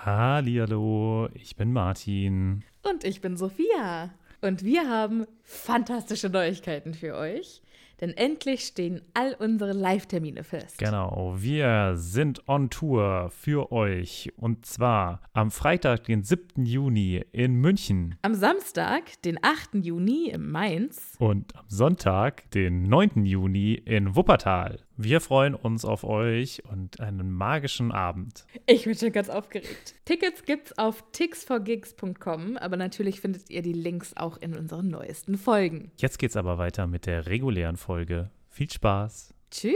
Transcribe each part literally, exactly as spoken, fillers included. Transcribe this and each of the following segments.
Hallihallo, ich bin Martin. Und ich bin Sophia. Und wir haben fantastische Neuigkeiten für euch. Denn endlich stehen all unsere Live-Termine fest. Genau, wir sind on Tour für euch. Und zwar am Freitag, den siebten Juni in München. Am Samstag, den achten Juni in Mainz. Und am Sonntag, den neunten Juni in Wuppertal. Wir freuen uns auf euch und einen magischen Abend. Ich bin schon ganz aufgeregt. Tickets gibt's auf tix for gigs punkt com, aber natürlich findet ihr die Links auch in unseren neuesten Folgen. Jetzt geht's aber weiter mit der regulären Folge. Viel Spaß. Tschüss.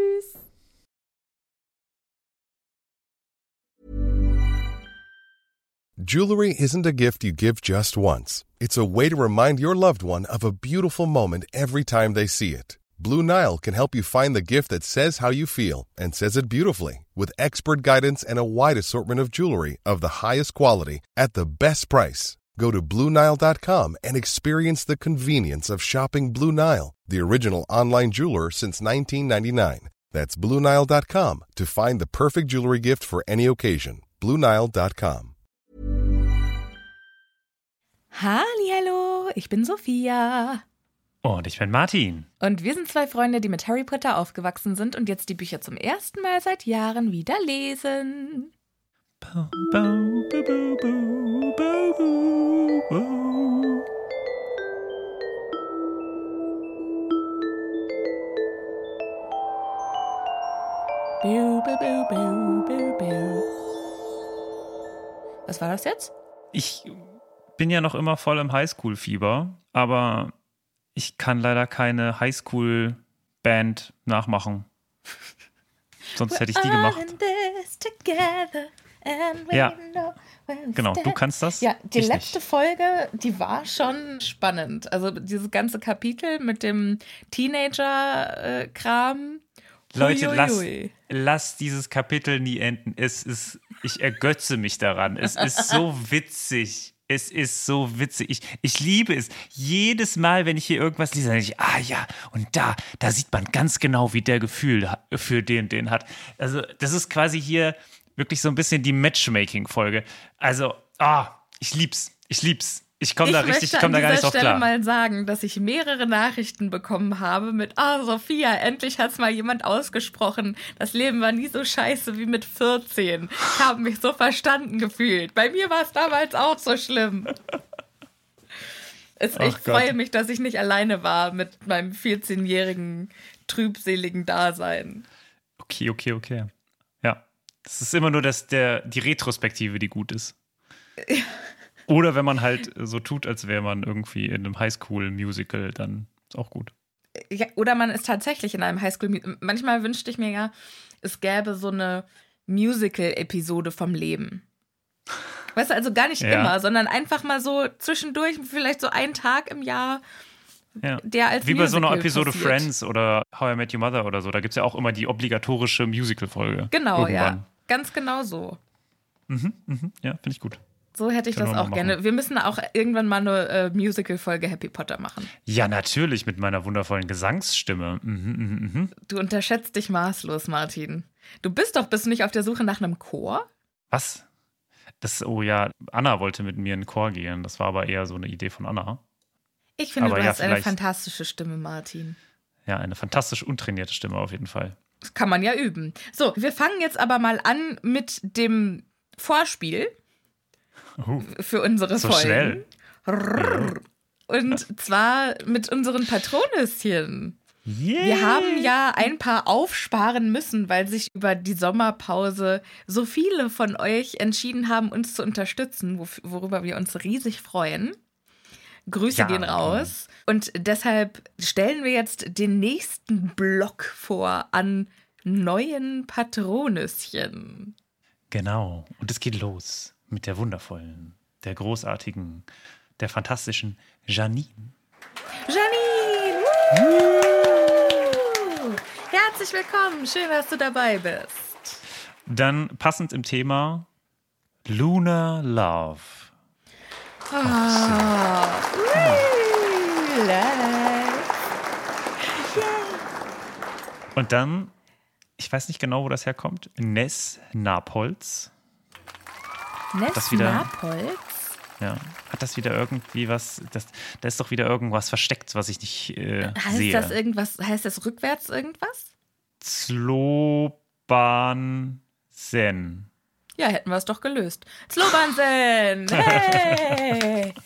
Jewelry isn't a gift you give just once. It's a way to remind your loved one of a beautiful moment every time they see it. Blue Nile can help you find the gift that says how you feel and says it beautifully, with expert guidance and a wide assortment of jewelry of the highest quality at the best price. Go to blue nile dot com and experience the convenience of shopping Blue Nile, the original online jeweler since nineteen ninety-nine. That's blue nile dot com to find the perfect jewelry gift for any occasion. blue nile dot com. Hallihallo, ich bin Sophia. Und ich bin Martin. Und wir sind zwei Freunde, die mit Harry Potter aufgewachsen sind und jetzt die Bücher zum ersten Mal seit Jahren wieder lesen. Bau, bau, bau, bau, bau, bau, bau. Biu, biu, biu, biu, biu, biu. Was war das jetzt? Ich bin ja noch immer voll im Highschool-Fieber, aber ich kann leider keine Highschool-Band nachmachen. Sonst hätte ich die gemacht. Ja, genau, du kannst das. Ja, die ich letzte nicht. Folge, die war schon spannend. Also dieses ganze Kapitel mit dem Teenager-Kram. Leute, Hui, lass, hui, hui. lass dieses Kapitel nie enden. Es ist, ich ergötze mich daran. Es ist so witzig. Es ist so witzig. Ich, ich liebe es. Jedes Mal, wenn ich hier irgendwas lese, denke ich, ah ja, und da, da sieht man ganz genau, wie der Gefühl für den, den hat. Also, das ist quasi hier wirklich so ein bisschen die Matchmaking-Folge. Also, ah, ich lieb's. Ich lieb's. Ich komme da richtig, ich komme da gar nicht drauf klar. Ich möchte an dieser Stelle mal sagen, dass ich mehrere Nachrichten bekommen habe mit, ah, oh, Sophia, endlich hat's mal jemand ausgesprochen. Das Leben war nie so scheiße wie mit vierzehn. Ich habe mich so verstanden gefühlt. Bei mir war es damals auch so schlimm. Es, ich freue mich, dass ich nicht alleine war mit meinem vierzehnjährigen trübseligen Dasein. Okay, okay, okay. Ja, das ist immer nur das, der, die Retrospektive, die gut ist. Ja. Oder wenn man halt so tut, als wäre man irgendwie in einem Highschool-Musical, dann ist auch gut. Ja, oder man ist tatsächlich in einem Highschool-Musical. Manchmal wünschte ich mir ja, es gäbe so eine Musical-Episode vom Leben. Weißt du, also gar nicht ja. immer, sondern einfach mal so zwischendurch, vielleicht so einen Tag im Jahr, ja. der als Wie Musical bei so einer Episode passiert. Friends oder How I Met Your Mother oder so. Da gibt es ja auch immer die obligatorische Musical-Folge. Genau, irgendwann. ja. Ganz genau so. Mhm, mhm, ja, finde ich gut. So hätte ich Können das wir auch mal gerne. machen. Wir müssen auch irgendwann mal eine äh, Musical-Folge Happy Potter machen. Ja, natürlich, mit meiner wundervollen Gesangsstimme. Mhm, mhm, mhm. Du unterschätzt dich maßlos, Martin. Du bist doch, bist du nicht auf der Suche nach einem Chor? Was? Das, oh ja, Anna wollte mit mir in den Chor gehen. Das war aber eher so eine Idee von Anna. Ich finde, Aber du ja, hast eine vielleicht- fantastische Stimme, Martin. Ja, eine fantastisch untrainierte Stimme auf jeden Fall. Das kann man ja üben. So, wir fangen jetzt aber mal an mit dem Vorspiel Oh, für unsere so Folgen. schnell. Rrrr. Und zwar mit unseren Patronüschen. Yeah. Wir haben ja ein paar aufsparen müssen, weil sich über die Sommerpause so viele von euch entschieden haben, uns zu unterstützen, wof- worüber wir uns riesig freuen. Grüße Ja, gehen raus. Und deshalb stellen wir jetzt den nächsten Block vor an neuen Patronüschen. Genau. Und es geht los mit der wundervollen, der großartigen, der fantastischen Janine. Janine! Woo! Herzlich willkommen. Schön, dass du dabei bist. Dann passend im Thema Lunar Love. Ah. Und dann, ich weiß nicht genau, wo das herkommt, Ness Napolz. Nest das wieder, Napolz? Ja, hat das wieder irgendwie was, das, da ist doch wieder irgendwas versteckt, was ich nicht äh, heißt sehe. Das irgendwas, heißt das rückwärts irgendwas? Sloban Sen. Ja, hätten wir es doch gelöst. Slobansen! Hey!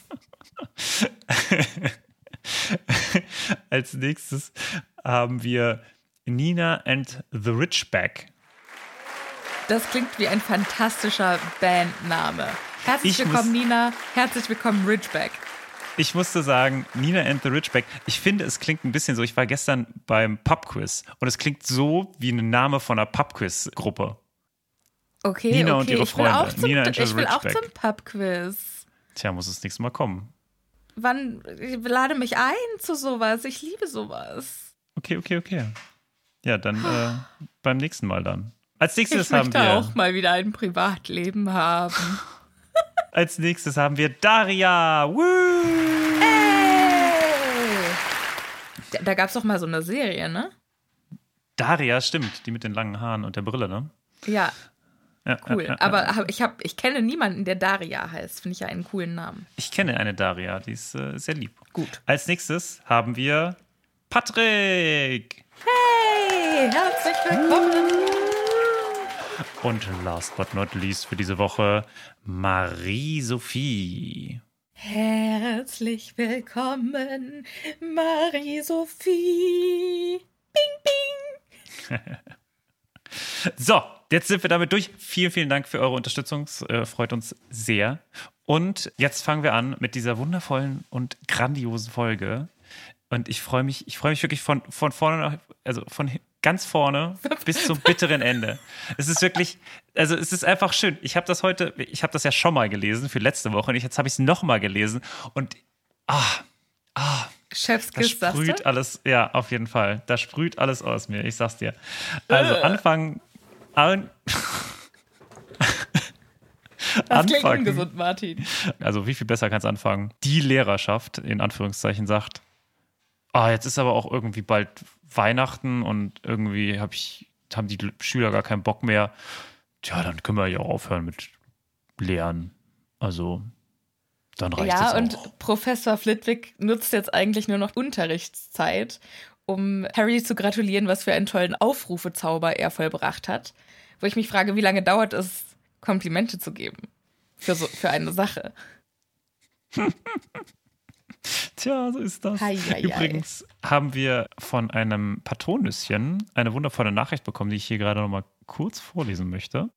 Als nächstes haben wir Nina and the Ridgeback. Das klingt wie ein fantastischer Bandname. Herzlich Ich willkommen, muss- Nina. Herzlich willkommen, Ridgeback. Ich musste sagen, Nina and the Ridgeback, ich finde, es klingt ein bisschen so, ich war gestern beim Pubquiz und es klingt so wie ein Name von einer Pubquiz-Gruppe. Okay, Nina okay. und ihre ich will auch Freunde. zum, Nina and the ich will auch Ridgeback. zum Pubquiz. Tja, muss das nächste Mal kommen. Wann ich lade mich ein zu sowas? Ich liebe sowas. Okay, okay, okay. Ja, dann äh, beim nächsten Mal dann. Als nächstes Ich haben möchte wir auch mal wieder ein Privatleben haben. als nächstes haben wir Daria. Woo! Hey! Da, da gab es doch mal so eine Serie, ne? Daria, stimmt, die mit den langen Haaren und der Brille, ne? Ja, Ja, cool. ja, ja, Aber ja. hab, ich, hab, ich kenne niemanden, der Daria heißt. Finde ich ja einen coolen Namen. Ich kenne eine Daria, die ist äh, sehr lieb. Gut. Als nächstes haben wir Patrick. Hey, herzlich willkommen. Und last but not least für diese Woche Marie-Sophie. Herzlich willkommen, Marie-Sophie. Bing, bing. So, jetzt sind wir damit durch. Vielen, vielen Dank für eure Unterstützung. Es äh, freut uns sehr. Und jetzt fangen wir an mit dieser wundervollen und grandiosen Folge. Und ich freue mich, ich freue mich wirklich von, von vorne nach, also von ganz vorne bis zum bitteren Ende. Es ist wirklich, also es ist einfach schön. Ich habe das heute, ich habe das ja schon mal gelesen für letzte Woche und jetzt habe ich es nochmal gelesen und ah, ah, das Chefskiss, sagst sprüht du? alles, ja, auf jeden Fall. Da sprüht alles aus mir, ich sag's dir. Also Äh. anfangen, an, Das klingt anfangen. ungesund, Martin. Also wie viel besser kann es anfangen? Die Lehrerschaft, in Anführungszeichen, sagt, ah, jetzt ist aber auch irgendwie bald Weihnachten und irgendwie hab ich, haben die Schüler gar keinen Bock mehr. Tja, dann können wir ja auch aufhören mit Lehren. Also, dann reicht es Ja, auch. und Professor Flitwick nutzt jetzt eigentlich nur noch Unterrichtszeit, um Harry zu gratulieren, was für einen tollen Aufrufezauber er vollbracht hat. Wo ich mich frage, wie lange dauert es, Komplimente zu geben für, so, für eine Sache. Tja, so ist das. Hei, hei, hei. Übrigens haben wir von einem Patronüschen eine wundervolle Nachricht bekommen, die ich hier gerade noch mal kurz vorlesen möchte.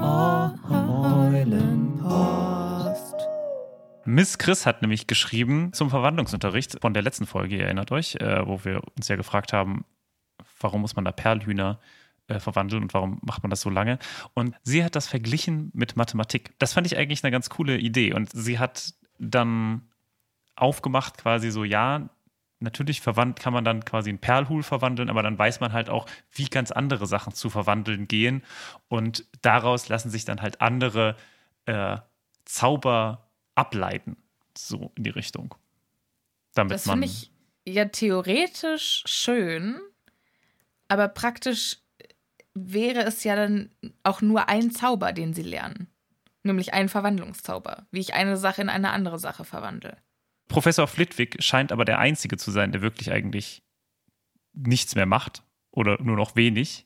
Eulenpost. Miss Chris hat nämlich geschrieben zum Verwandlungsunterricht von der letzten Folge, ihr erinnert euch, äh, wo wir uns ja gefragt haben, warum muss man da Perlhühner äh, verwandeln und warum macht man das so lange? Und sie hat das verglichen mit Mathematik. Das fand ich eigentlich eine ganz coole Idee. Und sie hat dann aufgemacht quasi so, ja, natürlich verwandt, kann man dann quasi ein Perlhuhl verwandeln, aber dann weiß man halt auch, wie ganz andere Sachen zu verwandeln gehen. Und daraus lassen sich dann halt andere äh, Zauber ableiten, so in die Richtung. Damit Das man. finde ich ja theoretisch schön, aber praktisch wäre es ja dann auch nur ein Zauber, den sie lernen. Nämlich ein Verwandlungszauber, wie ich eine Sache in eine andere Sache verwandle. Professor Flitwick scheint aber der Einzige zu sein, der wirklich eigentlich nichts mehr macht oder nur noch wenig.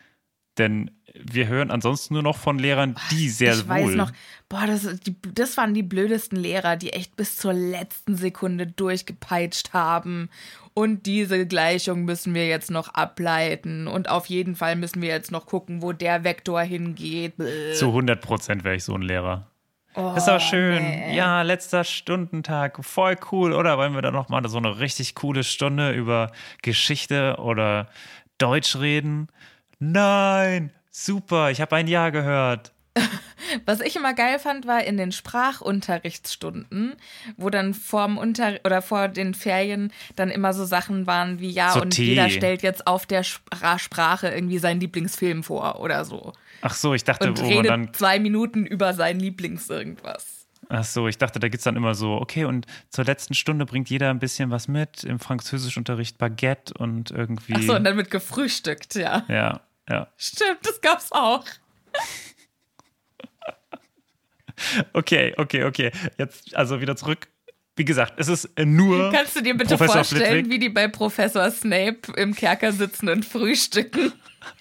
Denn wir hören ansonsten nur noch von Lehrern, die sehr ich wohl. weiß noch, boah, das, die, das waren die blödesten Lehrer, die echt bis zur letzten Sekunde durchgepeitscht haben. Und diese Gleichung müssen wir jetzt noch ableiten. Und auf jeden Fall müssen wir jetzt noch gucken, wo der Vektor hingeht. Bäh. Zu hundert Prozent wäre ich so ein Lehrer. Oh, Das ist aber schön. nee. Ja, letzter Stundentag. Voll cool, oder? Wollen wir dann noch mal so eine richtig coole Stunde über Geschichte oder Deutsch reden? Nein! Super, ich habe ein Ja gehört. Was ich immer geil fand, war in den Sprachunterrichtsstunden, wo dann vorm Unter oder vor den Ferien dann immer so Sachen waren wie ja So und Tee. jeder stellt jetzt auf der Spra- Sprache irgendwie seinen Lieblingsfilm vor oder so Ach so, ich dachte, und wo man redet dann. zwei Minuten über sein Lieblings irgendwas. Ach so, ich dachte, da gibt es dann immer so, okay, und zur letzten Stunde bringt jeder ein bisschen was mit. Im Französischunterricht Baguette und irgendwie. Ach so, und dann wird gefrühstückt, ja. Ja, ja. Stimmt, das gab's auch. Okay, okay, okay. Jetzt also wieder zurück. Wie gesagt, es ist nur Kannst du dir bitte Professor vorstellen, Flitwick. wie die bei Professor Snape im Kerker sitzen und frühstücken?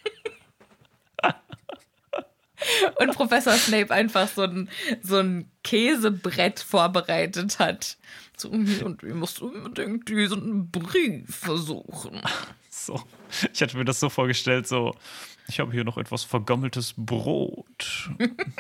Und Professor Snape einfach so ein, so ein Käsebrett vorbereitet hat. So, und ihr müsst unbedingt diesen Brief versuchen. So. Ich hatte mir das so vorgestellt, so, ich habe hier noch etwas vergammeltes Brot.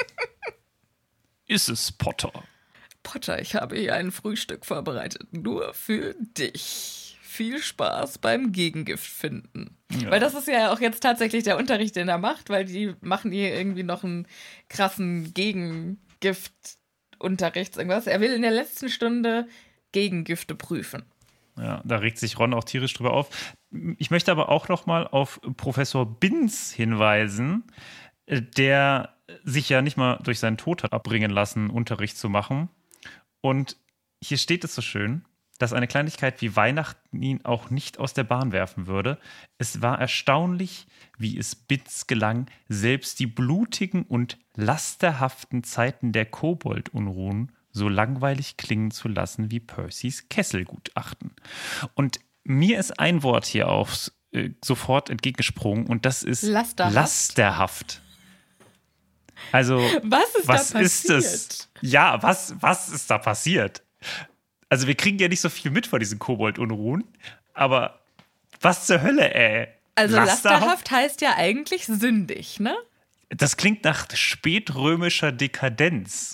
Ist es, Potter? Potter, ich habe hier ein Frühstück vorbereitet, nur für dich. Viel Spaß beim Gegengift finden. Ja. Weil das ist ja auch jetzt tatsächlich der Unterricht, den er macht, weil die machen hier irgendwie noch einen krassen Gegengiftunterricht, irgendwas. Er will in der letzten Stunde Gegengifte prüfen. Ja, da regt sich Ron auch tierisch drüber auf. Ich möchte aber auch noch mal auf Professor Binns hinweisen, der sich ja nicht mal durch seinen Tod hat abbringen lassen, Unterricht zu machen. Und hier steht es so schön, dass eine Kleinigkeit wie Weihnachten ihn auch nicht aus der Bahn werfen würde. Es war erstaunlich, wie es Binns gelang, selbst die blutigen und lasterhaften Zeiten der Koboldunruhen so langweilig klingen zu lassen wie Percys Kesselgutachten. Und mir ist ein Wort hier auch äh, sofort entgegengesprungen und das ist Lasterhaft. Lasterhaft. Also, was ist was da ist passiert? das? Ja, was, was ist da passiert? Also, wir kriegen ja nicht so viel mit von diesen Koboldunruhen, aber was zur Hölle, ey? Also, lasterhaft, lasterhaft heißt ja eigentlich sündig, ne? Das klingt nach spätrömischer Dekadenz.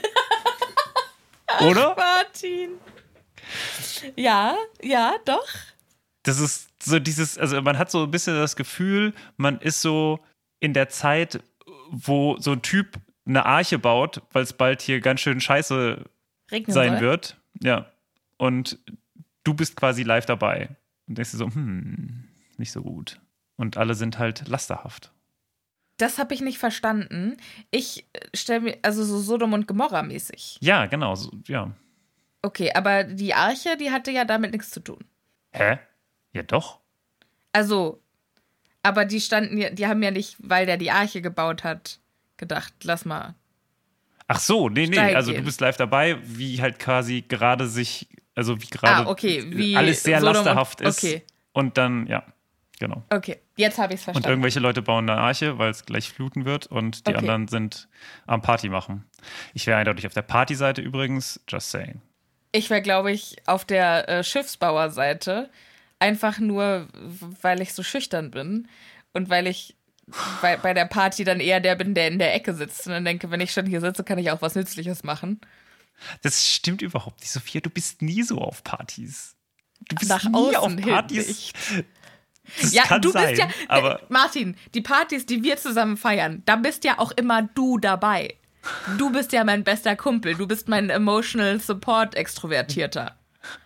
Oder? Martin. Ja, ja, doch. Das ist so dieses, also man hat so ein bisschen das Gefühl, man ist so in der Zeit, wo so ein Typ eine Arche baut, weil es bald hier ganz schön scheiße Regnen sein soll. wird. Ja. Und du bist quasi live dabei. Und denkst du so, hm, nicht so gut. Und alle sind halt lasterhaft. Das habe ich nicht verstanden. Ich stelle mir, also so Sodom und Gomorra mäßig. Ja, genau, so, ja. Okay, aber die Arche, die hatte ja damit nichts zu tun. Hä? Ja, doch. Also, aber die standen ja, die haben ja nicht, weil der die Arche gebaut hat, gedacht, lass mal. Ach so, nee, nee, steil also gehen. du bist live dabei, wie halt quasi gerade sich, also wie gerade Ah, okay, wie alles sehr Sodom und- lasterhaft ist. okay. Und dann, ja, genau. Okay, jetzt habe ich es Und verstanden. irgendwelche Leute bauen eine Arche, weil es gleich fluten wird und die Okay. anderen sind am Party machen. Ich wäre eindeutig auf der Partyseite übrigens, just saying. Ich wäre, glaube ich, auf der äh, Schiffsbauerseite, einfach nur, weil ich so schüchtern bin und weil ich bei, bei der Party dann eher der bin, der in der Ecke sitzt und dann denke, wenn ich schon hier sitze, kann ich auch was Nützliches machen. Das stimmt überhaupt nicht, Sophia. Du bist nie so auf Partys. Du bist Nach nie außen auf hin Partys. nicht. Das Ja, kann du sein, bist ja, aber äh, Martin, die Partys, die wir zusammen feiern, da bist ja auch immer du dabei. Du bist ja mein bester Kumpel, du bist mein Emotional Support Extrovertierter.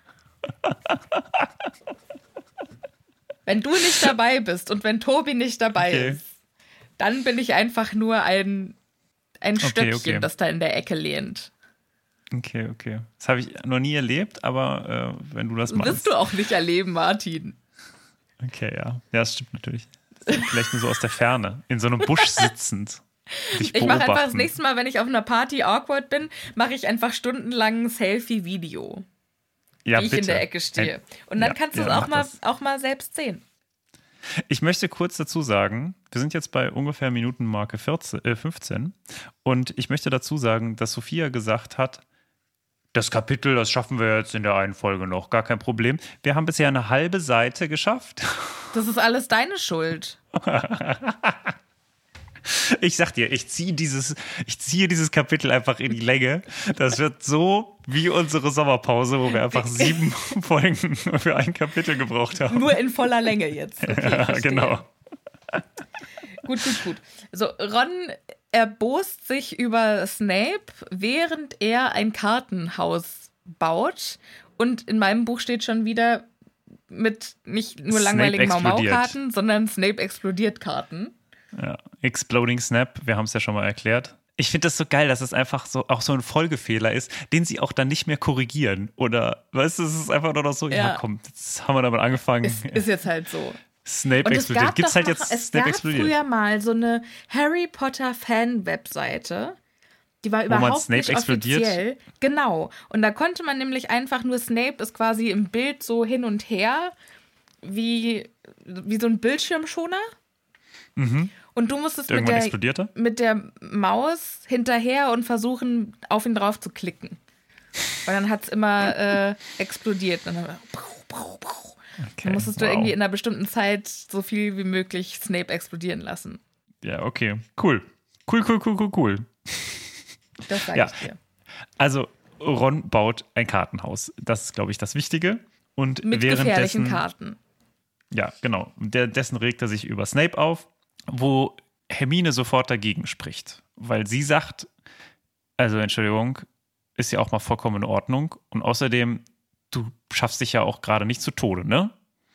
Wenn du nicht dabei bist und wenn Tobi nicht dabei Okay. ist, dann bin ich einfach nur ein, ein Okay, Stöckchen, okay. das da in der Ecke lehnt. okay, okay. Das habe ich noch nie erlebt, aber äh, wenn du das Das meinst. wirst du auch nicht erleben, Martin. Okay, ja. Ja, das stimmt natürlich. Vielleicht nur so aus der Ferne, in so einem Busch sitzend. Dich Ich mache einfach das beobachten. nächste Mal, wenn ich auf einer Party awkward bin, mache ich einfach stundenlang ein Selfie-Video, ja, wie ich bitte. in der Ecke stehe. Ein- Und dann ja, kannst du es ja, auch, mach mal, das. auch mal selbst sehen. Ich möchte kurz dazu sagen, wir sind jetzt bei ungefähr Minutenmarke vierzehn, äh, fünfzehn und ich möchte dazu sagen, dass Sophia gesagt hat, das Kapitel, das schaffen wir jetzt in der einen Folge noch, gar kein Problem. Wir haben bisher eine halbe Seite geschafft. Das ist alles deine Schuld. Ich sag dir, ich ziehe dieses, ich ziehe dieses Kapitel einfach in die Länge. Das wird so wie unsere Sommerpause, wo wir einfach sieben Folgen für ein Kapitel gebraucht haben. Nur in voller Länge jetzt. Okay, Ja, verstehe. genau. Gut, gut, gut. So, Ron erbost sich über Snape, während er ein Kartenhaus baut. Und in meinem Buch steht schon wieder mit nicht nur Snape langweiligen explodiert. Mau-Mau-Karten, sondern Snape explodiert Karten. Ja. Exploding Snap, wir haben es ja schon mal erklärt. Ich finde das so geil, dass es einfach so auch so ein Folgefehler ist, den sie auch dann nicht mehr korrigieren. Oder, weißt du, es ist einfach nur noch so, ja, Ja. komm, jetzt haben wir damit angefangen. Ist, ist jetzt halt so. Snape Und es explodiert. gab Gibt's doch halt noch, jetzt es Snape gab explodiert. früher mal so eine Harry Potter Fan-Webseite, Die war Wo man überhaupt Snape nicht explodiert? offiziell. Genau. Und da konnte man nämlich einfach nur, Snape ist quasi im Bild so hin und her, wie, wie so ein Bildschirmschoner. Mhm. Und du musstest mit Irgendwann der, explodiert er? mit der Maus hinterher und versuchen, auf ihn drauf zu klicken. Und dann hat es immer äh, explodiert. Und dann, Okay, dann musstest du wow. irgendwie in einer bestimmten Zeit so viel wie möglich Snape explodieren lassen. Ja, okay. Cool. Cool, cool, cool, cool, cool. Das sage Ja. ich dir. Also, Ron baut ein Kartenhaus. Das ist, glaube ich, das Wichtige. Und Mit gefährlichen währenddessen, Karten. Ja, genau. Der, dessen regt er sich über Snape auf, wo Hermine sofort dagegen spricht. Weil sie sagt, also Entschuldigung, ist ja auch mal vollkommen in Ordnung. Und außerdem, du schaffst dich ja auch gerade nicht zu Tode, ne?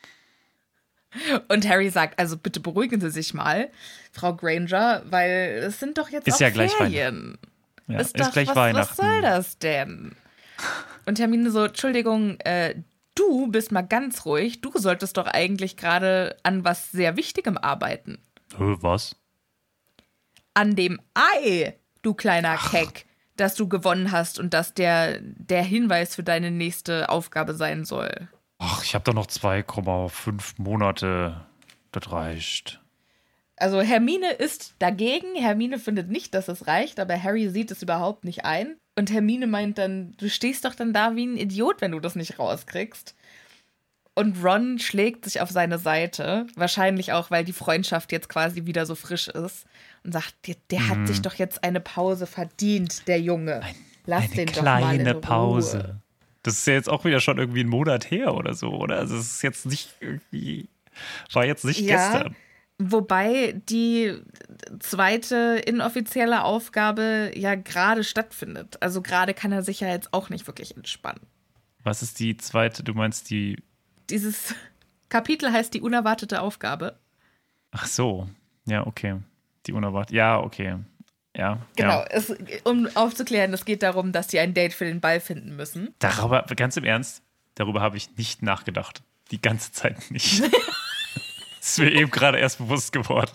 Und Harry sagt, also bitte beruhigen Sie sich mal, Frau Granger, weil es sind doch jetzt Ist auch ja gleich Ferien. Ja, ist, ist doch, gleich was, Weihnachten. was soll das denn? Und Hermine so, Entschuldigung, äh, du bist mal ganz ruhig, du solltest doch eigentlich gerade an was sehr Wichtigem arbeiten. Äh, was? An dem Ei, du kleiner Keck, das du gewonnen hast und das der, der Hinweis für deine nächste Aufgabe sein soll. Ach, ich habe doch noch zwei Komma fünf Monate. Das reicht. Also Hermine ist dagegen. Hermine findet nicht, dass es reicht, aber Harry sieht es überhaupt nicht ein. Und Hermine meint dann, du stehst doch dann da wie ein Idiot, wenn du das nicht rauskriegst. Und Ron schlägt sich auf seine Seite, wahrscheinlich auch, weil die Freundschaft jetzt quasi wieder so frisch ist. Und sagt, der, der Mhm. hat sich doch jetzt eine Pause verdient, der Junge. Lass Eine den doch mal in kleine Ruhe. Pause. Das ist ja jetzt auch wieder schon irgendwie ein Monat her oder so, oder? Also es ist jetzt nicht irgendwie, war jetzt nicht Ja. gestern. Wobei die zweite inoffizielle Aufgabe ja gerade stattfindet. Also gerade kann er sich ja jetzt auch nicht wirklich entspannen. Was ist die zweite? Du meinst die. Dieses Kapitel heißt die unerwartete Aufgabe. Ach so. Ja, okay. Die unerwartet. Ja, okay. Ja. Genau, Ja. es, um aufzuklären, es geht darum, dass sie ein Date für den Ball finden müssen. Darüber, ganz im Ernst, darüber habe ich nicht nachgedacht. Die ganze Zeit nicht. Das ist mir eben gerade erst bewusst geworden.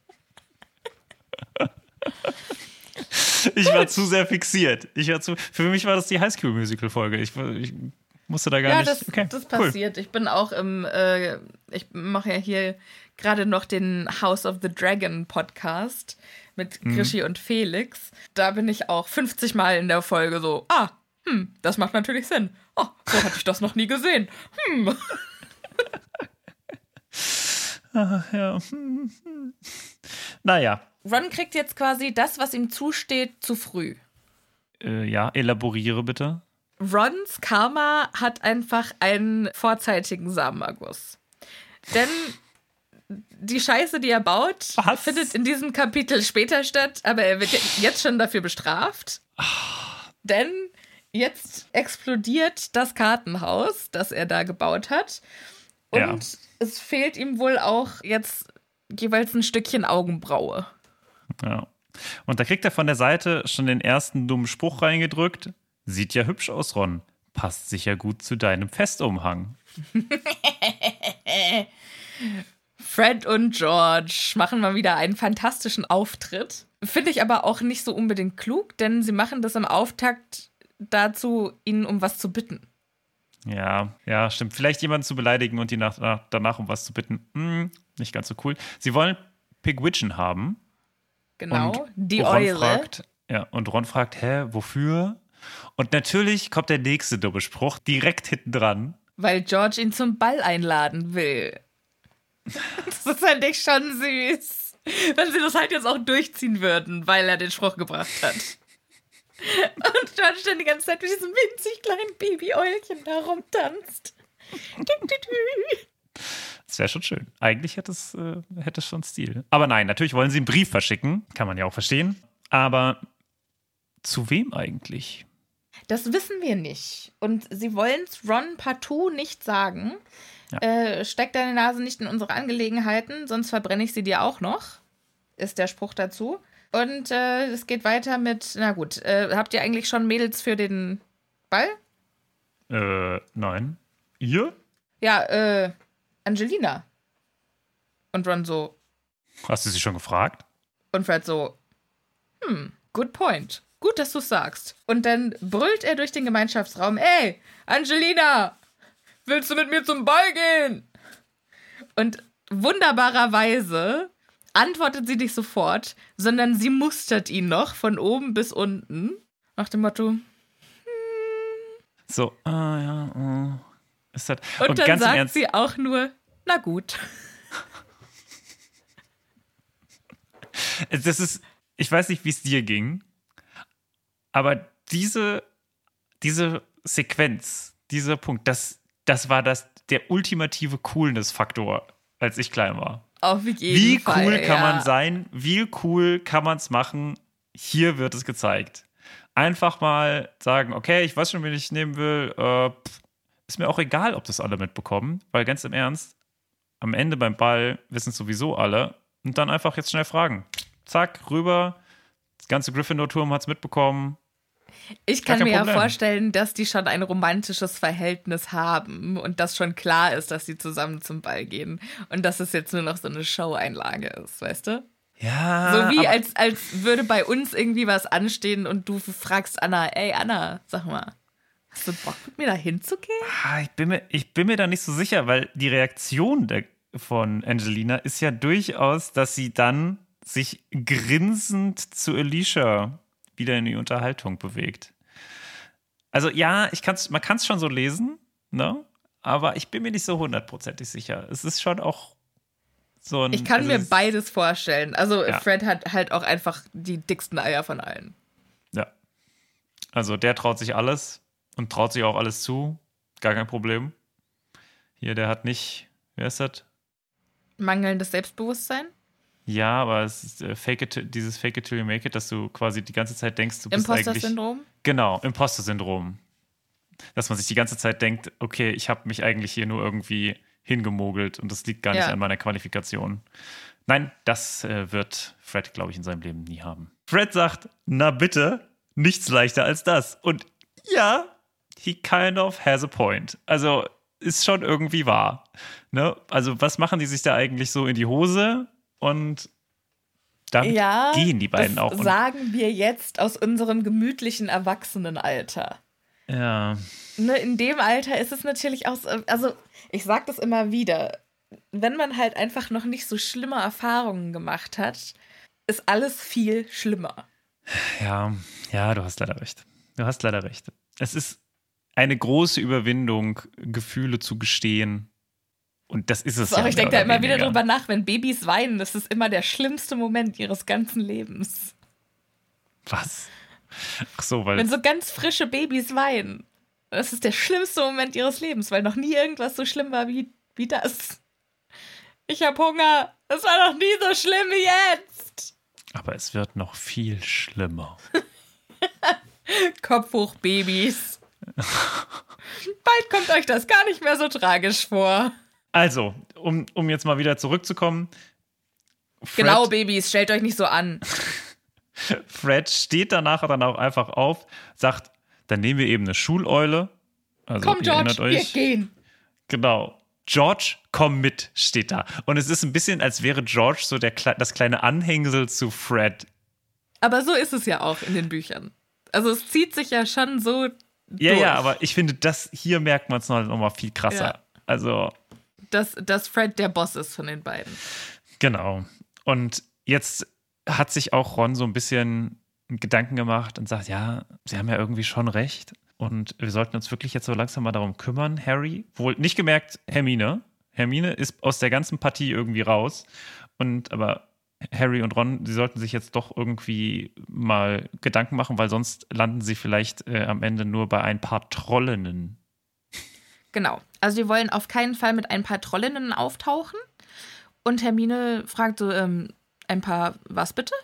Ich war zu sehr fixiert. Ich war zu, für mich war das die Highschool-Musical-Folge. Ich, ich musste da gar Ja, nicht. das, okay, das cool. passiert. Ich bin auch im, äh, ich mache ja hier gerade noch den House of the Dragon Podcast mit Krischi und Felix. Da bin ich auch fünfzig Mal in der Folge so, ah, hm, das macht natürlich Sinn. Oh, so hatte ich das noch nie gesehen. Hm. Ja. Naja, Ron kriegt jetzt quasi das, was ihm zusteht, zu früh. äh, ja, elaboriere bitte. Rons Karma hat einfach einen vorzeitigen Samenerguss. Denn die Scheiße, die er baut, Was? findet in diesem Kapitel später statt, aber er wird jetzt schon dafür bestraft. Denn jetzt explodiert das Kartenhaus, das er da gebaut hat. Und Ja. es fehlt ihm wohl auch jetzt jeweils ein Stückchen Augenbraue. Ja. Und da kriegt er von der Seite schon den ersten dummen Spruch reingedrückt. Sieht ja hübsch aus, Ron. Passt sicher gut zu deinem Festumhang. Fred und George machen mal wieder einen fantastischen Auftritt. Finde ich aber auch nicht so unbedingt klug, denn sie machen das im Auftakt dazu, ihn um was zu bitten. Ja, ja, stimmt. Vielleicht jemanden zu beleidigen und die nach, nach, danach um was zu bitten. Hm, nicht ganz so cool. Sie wollen Pigwidgeon haben. Genau, Und die Ron Eule. fragt, ja, und Ron fragt, hä, wofür? Und natürlich kommt der nächste dumme Spruch direkt hinten dran. Weil George ihn zum Ball einladen will. Das fände ich schon süß. Wenn sie das halt jetzt auch durchziehen würden, weil er den Spruch gebracht hat. Und George dann die ganze Zeit mit diesem winzig kleinen Babyeulchen da rumtanzt. Das wäre schon schön. Eigentlich hätte es, äh, hätte es schon Stil. Aber nein, natürlich wollen sie einen Brief verschicken. Kann man ja auch verstehen. Aber zu wem eigentlich? Das wissen wir nicht. Und sie wollen es Ron partout nicht sagen. Ja. Äh, steck deine Nase nicht in unsere Angelegenheiten, sonst verbrenne ich sie dir auch noch, ist der Spruch dazu. Und äh, es geht weiter mit, na gut, äh, habt ihr eigentlich schon Mädels für den Ball? Äh, nein. Ihr? Ja, äh, Angelina. Und Ron so, Hast du sie schon gefragt? und Fred so, hm, good point, Gut, dass du es sagst. Und dann brüllt er durch den Gemeinschaftsraum, ey, Angelina, willst du mit mir zum Ball gehen? Und wunderbarerweise antwortet sie nicht sofort, sondern sie mustert ihn noch von oben bis unten. Nach dem Motto, hm. So, ah ja, oh. Ist das, und, und dann ganz im sagt Ernst, sie auch nur, na gut. Das ist, ich weiß nicht, wie es dir ging, aber diese, diese Sequenz, dieser Punkt, das, das war das, der ultimative Coolness-Faktor, als ich klein war. Auf jeden Wie Fall, cool kann ja. man sein? Wie cool kann man es machen? Hier wird es gezeigt. Einfach mal sagen, okay, ich weiß schon, wen ich nehmen will. Äh, pff, ist mir auch egal, ob das alle mitbekommen, weil ganz im Ernst, am Ende beim Ball wissen es sowieso alle. Und dann einfach jetzt schnell fragen. Zack, rüber. Das ganze Gryffindor-Turm hat es mitbekommen. Ich kann Gar mir kein ja Problem. vorstellen, dass die schon ein romantisches Verhältnis haben und dass schon klar ist, dass sie zusammen zum Ball gehen und dass es jetzt nur noch so eine Show-Einlage ist, weißt du? Ja. So wie aber- als, als würde bei uns irgendwie was anstehen und du fragst Anna, ey Anna, sag mal, hast du Bock mit mir da hinzugehen? Ah, Ich bin, mir, ich bin mir da nicht so sicher, weil die Reaktion der, von Angelina ist ja durchaus, dass sie dann sich grinsend zu Alicia wieder in die Unterhaltung bewegt. Also ja, ich kann's, man kann es schon so lesen, ne? Aber ich bin mir nicht so hundertprozentig sicher. Es ist schon auch so ein... Ich kann also mir es- beides vorstellen. Also Ja. Fred hat halt auch einfach die dicksten Eier von allen. Ja. Also der traut sich alles und traut sich auch alles zu. Gar kein Problem. Hier, der hat nicht... Wer ist das? Mangelndes Selbstbewusstsein? Ja, aber es ist äh, fake it, dieses Fake it till you make it, dass du quasi die ganze Zeit denkst, du bist eigentlich... Imposter-Syndrom? Genau, Imposter-Syndrom. Dass man sich die ganze Zeit denkt, okay, ich habe mich eigentlich hier nur irgendwie hingemogelt und das liegt gar nicht Ja. an meiner Qualifikation. Nein, das äh, wird Fred, glaube ich, in seinem Leben nie haben. Fred sagt, na bitte, nichts leichter als das. Und ja, he kind of has a point. Also ist schon irgendwie wahr. Ne? Also was machen die sich da eigentlich so in die Hose? Und damit Ja, gehen die beiden das auch. Und, sagen wir jetzt aus unserem gemütlichen Erwachsenenalter. ja, Ne, in dem Alter ist es natürlich auch, so- also ich sag das immer wieder, wenn man halt einfach noch nicht so schlimme Erfahrungen gemacht hat, ist alles viel schlimmer. ja, ja, du hast leider recht. Du hast leider recht. Es ist eine große Überwindung, Gefühle zu gestehen. Und das ist es So, ja. ich mehr denke da oder immer wieder weniger. drüber nach, wenn Babys weinen, das ist immer der schlimmste Moment ihres ganzen Lebens. Was? Ach so, weil. Wenn so ganz frische Babys weinen, das ist der schlimmste Moment ihres Lebens, weil noch nie irgendwas so schlimm war wie, wie das. Ich hab Hunger. Es war noch nie so schlimm wie jetzt. Aber es wird noch viel schlimmer. Kopf hoch, Babys. Bald kommt euch das gar nicht mehr so tragisch vor. Also, um, um jetzt mal wieder zurückzukommen. Fred, Genau, Babys, stellt euch nicht so an. Fred steht danach dann auch einfach auf, sagt, dann nehmen wir eben eine Schuleule. Also, Komm, ihr George, erinnert wir euch. gehen. Genau. George, komm mit, steht da. Und es ist ein bisschen, als wäre George so der, Kle- das kleine Anhängsel zu Fred. Aber so ist es ja auch in den Büchern. Also es zieht sich ja schon so Ja, durch, ja, aber ich finde, das hier merkt man es noch, noch mal viel krasser. Ja. Also, dass, dass Fred der Boss ist von den beiden. genau. Und jetzt hat sich auch Ron so ein bisschen Gedanken gemacht und sagt, ja, sie haben ja irgendwie schon recht. Und wir sollten uns wirklich jetzt so langsam mal darum kümmern, Harry. Wohl nicht gemerkt, Hermine. Hermine ist aus der ganzen Partie irgendwie raus. Und aber Harry und Ron, sie sollten sich jetzt doch irgendwie mal Gedanken machen, weil sonst landen sie vielleicht äh, am Ende nur bei ein paar Trollinnen. Genau. Also wir wollen auf keinen Fall mit ein paar Trollinnen auftauchen. Und Hermine fragt so, ähm, ein paar, was bitte?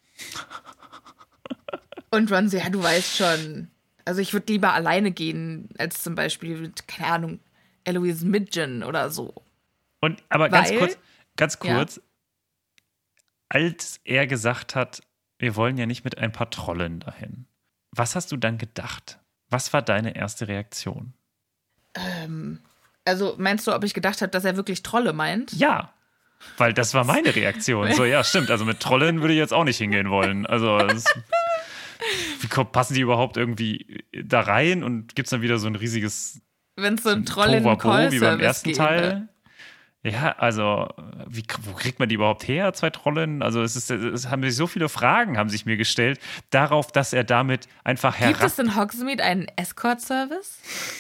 Und Ron so, ja, du weißt schon. Also ich würde lieber alleine gehen, als zum Beispiel mit, keine Ahnung, Eloise Midgen oder so. Und aber ganz Weil- kurz, ganz Ja. kurz, als er gesagt hat, wir wollen ja nicht mit ein paar Trollen dahin. Was hast du dann gedacht? Was war deine erste Reaktion? Ähm, also meinst du, ob ich gedacht habe, dass er wirklich Trolle meint? Ja, weil das war meine Reaktion. So, ja, stimmt. Also mit Trollen würde ich jetzt auch nicht hingehen wollen. Also das, Wie kommt, passen die überhaupt irgendwie da rein und gibt es dann wieder so ein riesiges Wenn es so ein Troll in den Tohuwabohu wie beim ersten gäbe. Teil? Ja, also, wie, wo kriegt man die überhaupt her, zwei Trollen? Also, es, ist, es haben sich so viele Fragen, haben sich mir gestellt, darauf, dass er damit einfach herab... Gibt es in Hogsmeade einen Escort-Service?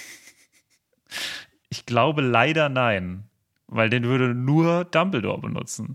Ich glaube leider nein, weil den würde nur Dumbledore benutzen.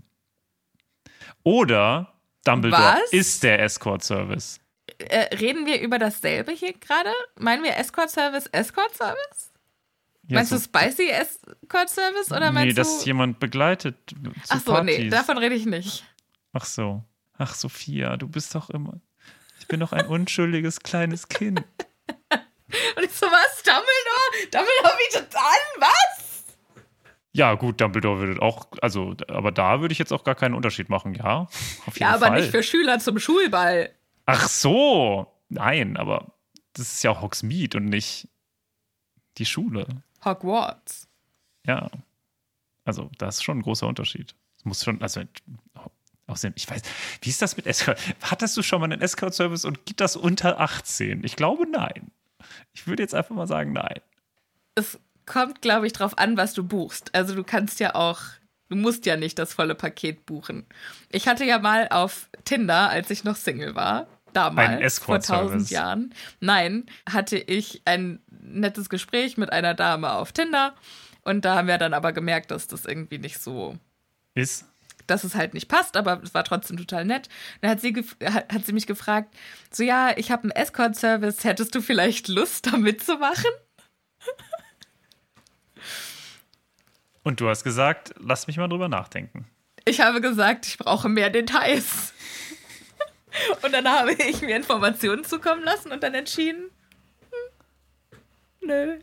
Oder Dumbledore Was? ist der Escort-Service. Äh, reden wir über dasselbe hier gerade? Meinen wir Escort-Service, Escort-Service? Ja, meinst so, du Spicy Escort Service oder nee, meinst dass du? jemand begleitet zu Ach so, Partys. nee, davon rede ich nicht. Ach so. Ach, Sophia, du bist doch immer... Ich bin doch ein unschuldiges kleines Kind. Und ich so, was? Dumbledore? Dumbledore bietet an? Was? Ja, gut, Dumbledore würde auch... Also, aber da würde ich jetzt auch gar keinen Unterschied machen, ja. Auf jeden Ja, aber Fall. nicht für Schüler zum Schulball. Ach so. Nein, aber das ist ja auch Hogsmeade und nicht die Schule. Hogwarts. Ja. Also, das ist schon ein großer Unterschied. Es muss schon, also, außerdem, ich weiß, wie ist das mit Escort? Hattest du schon mal einen Escort-Service und geht das unter achtzehn? Ich glaube, nein. Ich würde jetzt einfach mal sagen, nein. Es kommt, glaube ich, drauf an, was du buchst. Also, du kannst ja auch, du musst ja nicht das volle Paket buchen. Ich hatte ja mal auf Tinder, als ich noch Single war, damals, Ein vor Escort-Service. tausend Jahren, nein, hatte ich ein nettes Gespräch mit einer Dame auf Tinder und da haben wir dann aber gemerkt, dass das irgendwie nicht so, Ist? dass es halt nicht passt, aber es war trotzdem total nett. Dann hat sie, gef- hat, hat sie mich gefragt, so ja, ich habe einen Escort-Service, hättest du vielleicht Lust, da mitzumachen? Und du hast gesagt, lass mich mal drüber nachdenken. Ich habe gesagt, ich brauche mehr Details. Und dann habe ich mir Informationen zukommen lassen und dann entschieden, hm, nö.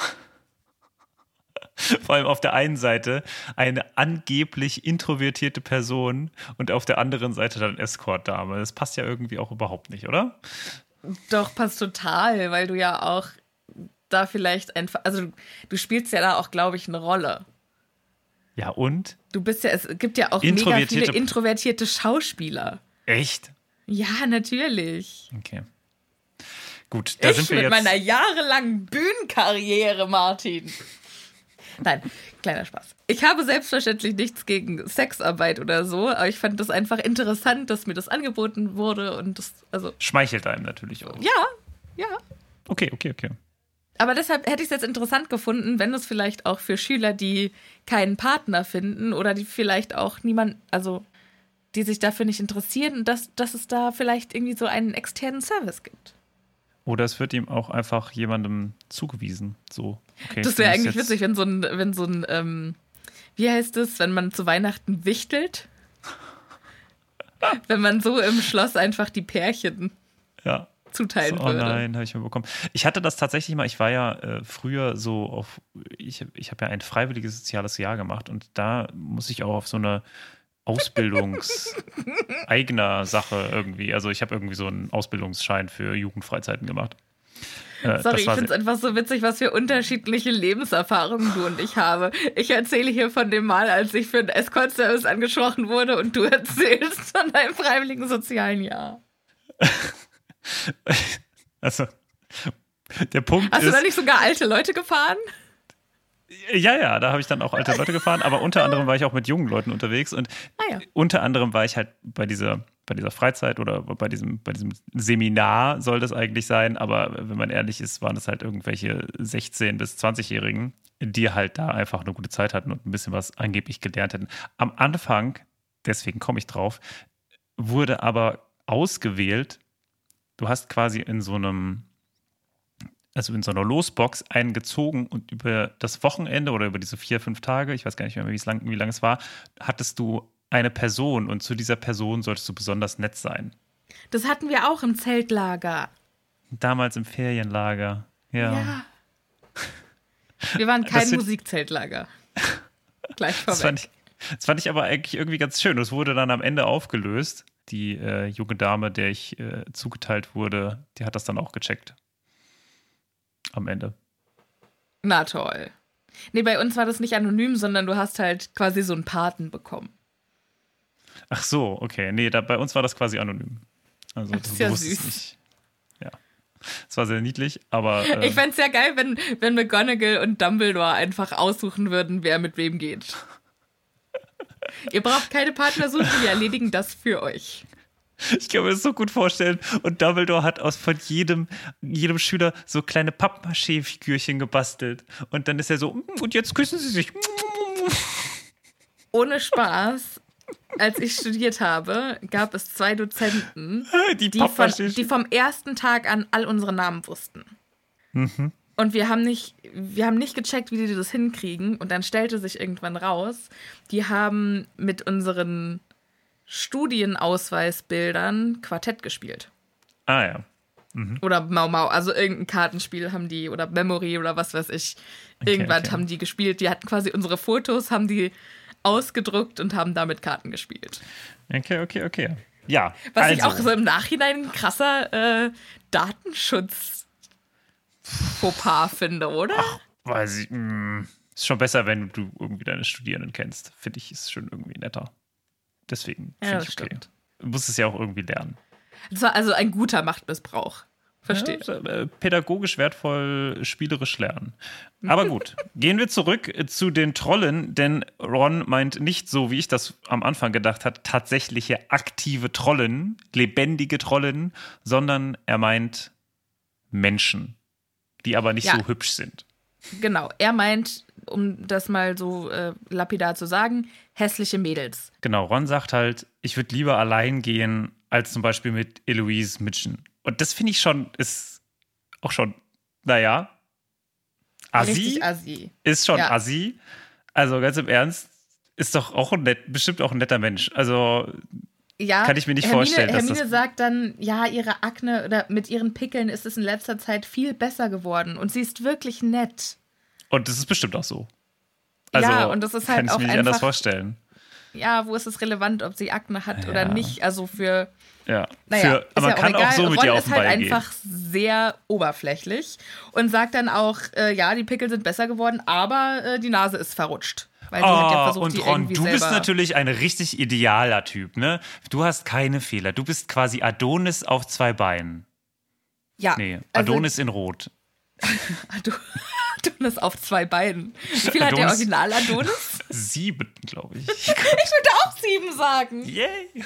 Vor allem auf der einen Seite eine angeblich introvertierte Person und auf der anderen Seite dann Escort-Dame. Das passt ja irgendwie auch überhaupt nicht, oder? Doch, passt total, weil du ja auch da vielleicht einfach, also du, du spielst ja da auch, glaube ich, eine Rolle. Ja, und? Du bist ja, es gibt ja auch mega Introvertierte- viele introvertierte Schauspieler. Echt? Ja, natürlich. Okay. Gut, da ich sind wir mit jetzt. meiner jahrelangen Bühnenkarriere, Martin. Nein, kleiner Spaß. Ich habe selbstverständlich nichts gegen Sexarbeit oder so, aber ich fand das einfach interessant, dass mir das angeboten wurde und das, also, Schmeichelt einem natürlich auch. ja, ja. Okay, okay, okay. Aber deshalb hätte ich es jetzt interessant gefunden, wenn es vielleicht auch für Schüler, die keinen Partner finden oder die vielleicht auch niemand, also die sich dafür nicht interessieren, dass, dass es da vielleicht irgendwie so einen externen Service gibt. Oder es wird ihm auch einfach jemandem zugewiesen. So, okay. Das du wäre musst eigentlich jetzt- witzig, wenn so ein, wenn so ein, ähm, wie heißt es, wenn man zu Weihnachten wichtelt? Wenn man so im Schloss einfach die Pärchen Ja. zuteilen So, oh würde. nein, habe ich mal bekommen. Ich hatte das tatsächlich mal, ich war ja äh, früher so auf, ich, ich habe ja ein freiwilliges soziales Jahr gemacht und da muss ich auch auf so eine Ausbildungs-eigener Sache irgendwie, also ich habe irgendwie so einen Ausbildungsschein für Jugendfreizeiten gemacht. Äh, Sorry, das ich war finde es einfach so witzig, was für unterschiedliche Lebenserfahrungen du und ich habe. Ich erzähle hier von dem Mal, als ich für einen Escort-Service angesprochen wurde und du erzählst von deinem freiwilligen sozialen Jahr. Also, der Punkt Hast ist... du da nicht sogar alte Leute gefahren? Ja, ja, da habe ich dann auch alte Leute gefahren, aber unter anderem war ich auch mit jungen Leuten unterwegs und Ah ja. unter anderem war ich halt bei dieser, bei dieser Freizeit oder bei diesem, bei diesem Seminar soll das eigentlich sein, aber wenn man ehrlich ist, waren das halt irgendwelche sechzehn- bis zwanzig-Jährigen, die halt da einfach eine gute Zeit hatten und ein bisschen was angeblich gelernt hätten. Am Anfang, deswegen komme ich drauf, wurde aber ausgewählt, du hast quasi in so einem also in so einer Losbox einen gezogen und über das Wochenende oder über diese vier, fünf Tage, ich weiß gar nicht mehr, wie es lang, wie lang es war, hattest du eine Person und zu dieser Person solltest du besonders nett sein. Das hatten wir auch im Zeltlager. Damals im Ferienlager, ja. Ja. Wir waren Das kein sind- Musikzeltlager. Gleich Das vorweg. fand, ich, das fand ich aber eigentlich irgendwie ganz schön. Das wurde dann am Ende aufgelöst. Die äh, junge Dame, der ich äh, zugeteilt wurde, die hat das dann auch gecheckt. Am Ende. Na toll. Nee, bei uns war das nicht anonym, sondern du hast halt quasi so einen Paten bekommen. Ach so, okay. Nee, da, bei uns war das quasi anonym. Also Das ist ja du wusstest süß. nicht. Das war sehr niedlich, aber... Ähm, ich fände es ja geil, wenn, wenn McGonagall und Dumbledore einfach aussuchen würden, wer mit wem geht. Ihr braucht keine Partner suchen, wir erledigen das für euch. Ich kann mir das so gut vorstellen. Und Dumbledore hat aus von jedem, jedem Schüler so kleine Pappmaché-Figürchen gebastelt. Und dann ist er so, und jetzt küssen sie sich. Ohne Spaß. Als ich studiert habe, gab es zwei Dozenten, die, die, von, die vom ersten Tag an all unsere Namen wussten. Mhm. Und wir haben nicht, wir haben nicht gecheckt, wie die das hinkriegen. Und dann stellte sich irgendwann raus, die haben mit unseren Studienausweisbildern Quartett gespielt. Ah ja. Mhm. Oder Mau Mau, also irgendein Kartenspiel haben die, oder Memory oder was weiß ich. Okay, Irgendwann okay. haben die gespielt. Die hatten quasi unsere Fotos, haben die ausgedruckt und haben damit Karten gespielt. Okay, okay, okay. Ja, Was also. ich auch so im Nachhinein ein krasser äh, Datenschutz-Fauxpas finde, oder? Ach, weiß ich. Mh, ist schon besser, wenn du irgendwie deine Studierenden kennst. Finde ich, ist schon irgendwie netter. Deswegen finde Ja, ich okay. stimmt. Du musst es ja auch irgendwie lernen. Das war also ein guter Machtmissbrauch. Verstehe. Ja, äh, pädagogisch wertvoll, spielerisch lernen. Aber gut, gehen wir zurück zu den Trollen, denn Ron meint nicht so, wie ich das am Anfang gedacht habe, tatsächliche aktive Trollen, lebendige Trollen, sondern er meint Menschen, die aber nicht Ja. so hübsch sind. Genau, er meint, um das mal so äh, lapidar zu sagen, hässliche Mädels. Genau, Ron sagt halt, ich würde lieber allein gehen, als zum Beispiel mit Eloise Mitchen. Und das finde ich schon, ist auch schon, naja, assi, Richtig assi. ist schon Ja. assi. Also ganz im Ernst, ist doch auch ein nett, bestimmt auch ein netter Mensch. Also Ja, kann ich mir nicht Hermine, vorstellen, dass Hermine das... sagt dann, ja, ihre Akne oder mit ihren Pickeln ist es in letzter Zeit viel besser geworden und sie ist wirklich nett. Und das ist bestimmt auch so. Also Ja, und das ist halt kann ich auch mir nicht anders einfach- vorstellen. Ja, wo ist es relevant, ob sie Akne hat Ja. oder nicht? Also für, Ja, naja, Für, ist man ja kann auch, egal. auch so mit Ron dir auf ist den halt Ball gehen. einfach sehr oberflächlich und sagt dann auch, äh, ja, die Pickel sind besser geworden, aber äh, die Nase ist verrutscht. Weil sie hat ja Oh, versucht, und die Ron, irgendwie du bist selber- natürlich ein richtig idealer Typ, ne? Du hast keine Fehler. Du bist quasi Adonis auf zwei Beinen. Ja, Nee, also Adonis in Rot. Ado- Adonis auf zwei Beinen. Wie viel hat der Adonis- Original Adonis? Sieben, glaube ich. Ich würde auch sieben sagen. Yay!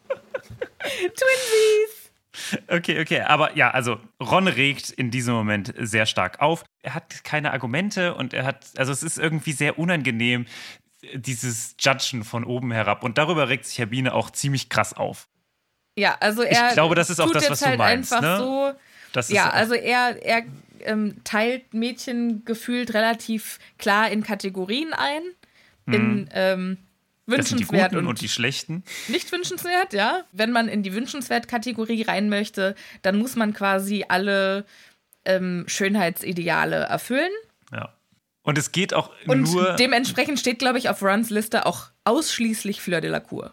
Twinsies. Okay, okay. Aber ja, also Ron regt in diesem Moment sehr stark auf. Er hat keine Argumente und er hat, also es ist irgendwie sehr unangenehm, dieses Judgen von oben herab. Und darüber regt sich Hermine auch ziemlich krass auf. Ja, also er Ich glaube, das ist auch tut das, jetzt was du halt meinst, einfach ne? so. Das ist Ja, auch- also er, er ähm, teilt Mädchen gefühlt relativ klar in Kategorien ein. In ähm, das sind die wünschenswert Guten und, und die Schlechten. nicht wünschenswert, ja. Wenn man in die wünschenswert-Kategorie rein möchte, dann muss man quasi alle ähm, Schönheitsideale erfüllen. Ja. Und es geht auch Und nur. dementsprechend steht, glaube ich, auf Rons Liste auch ausschließlich Fleur de la Cour.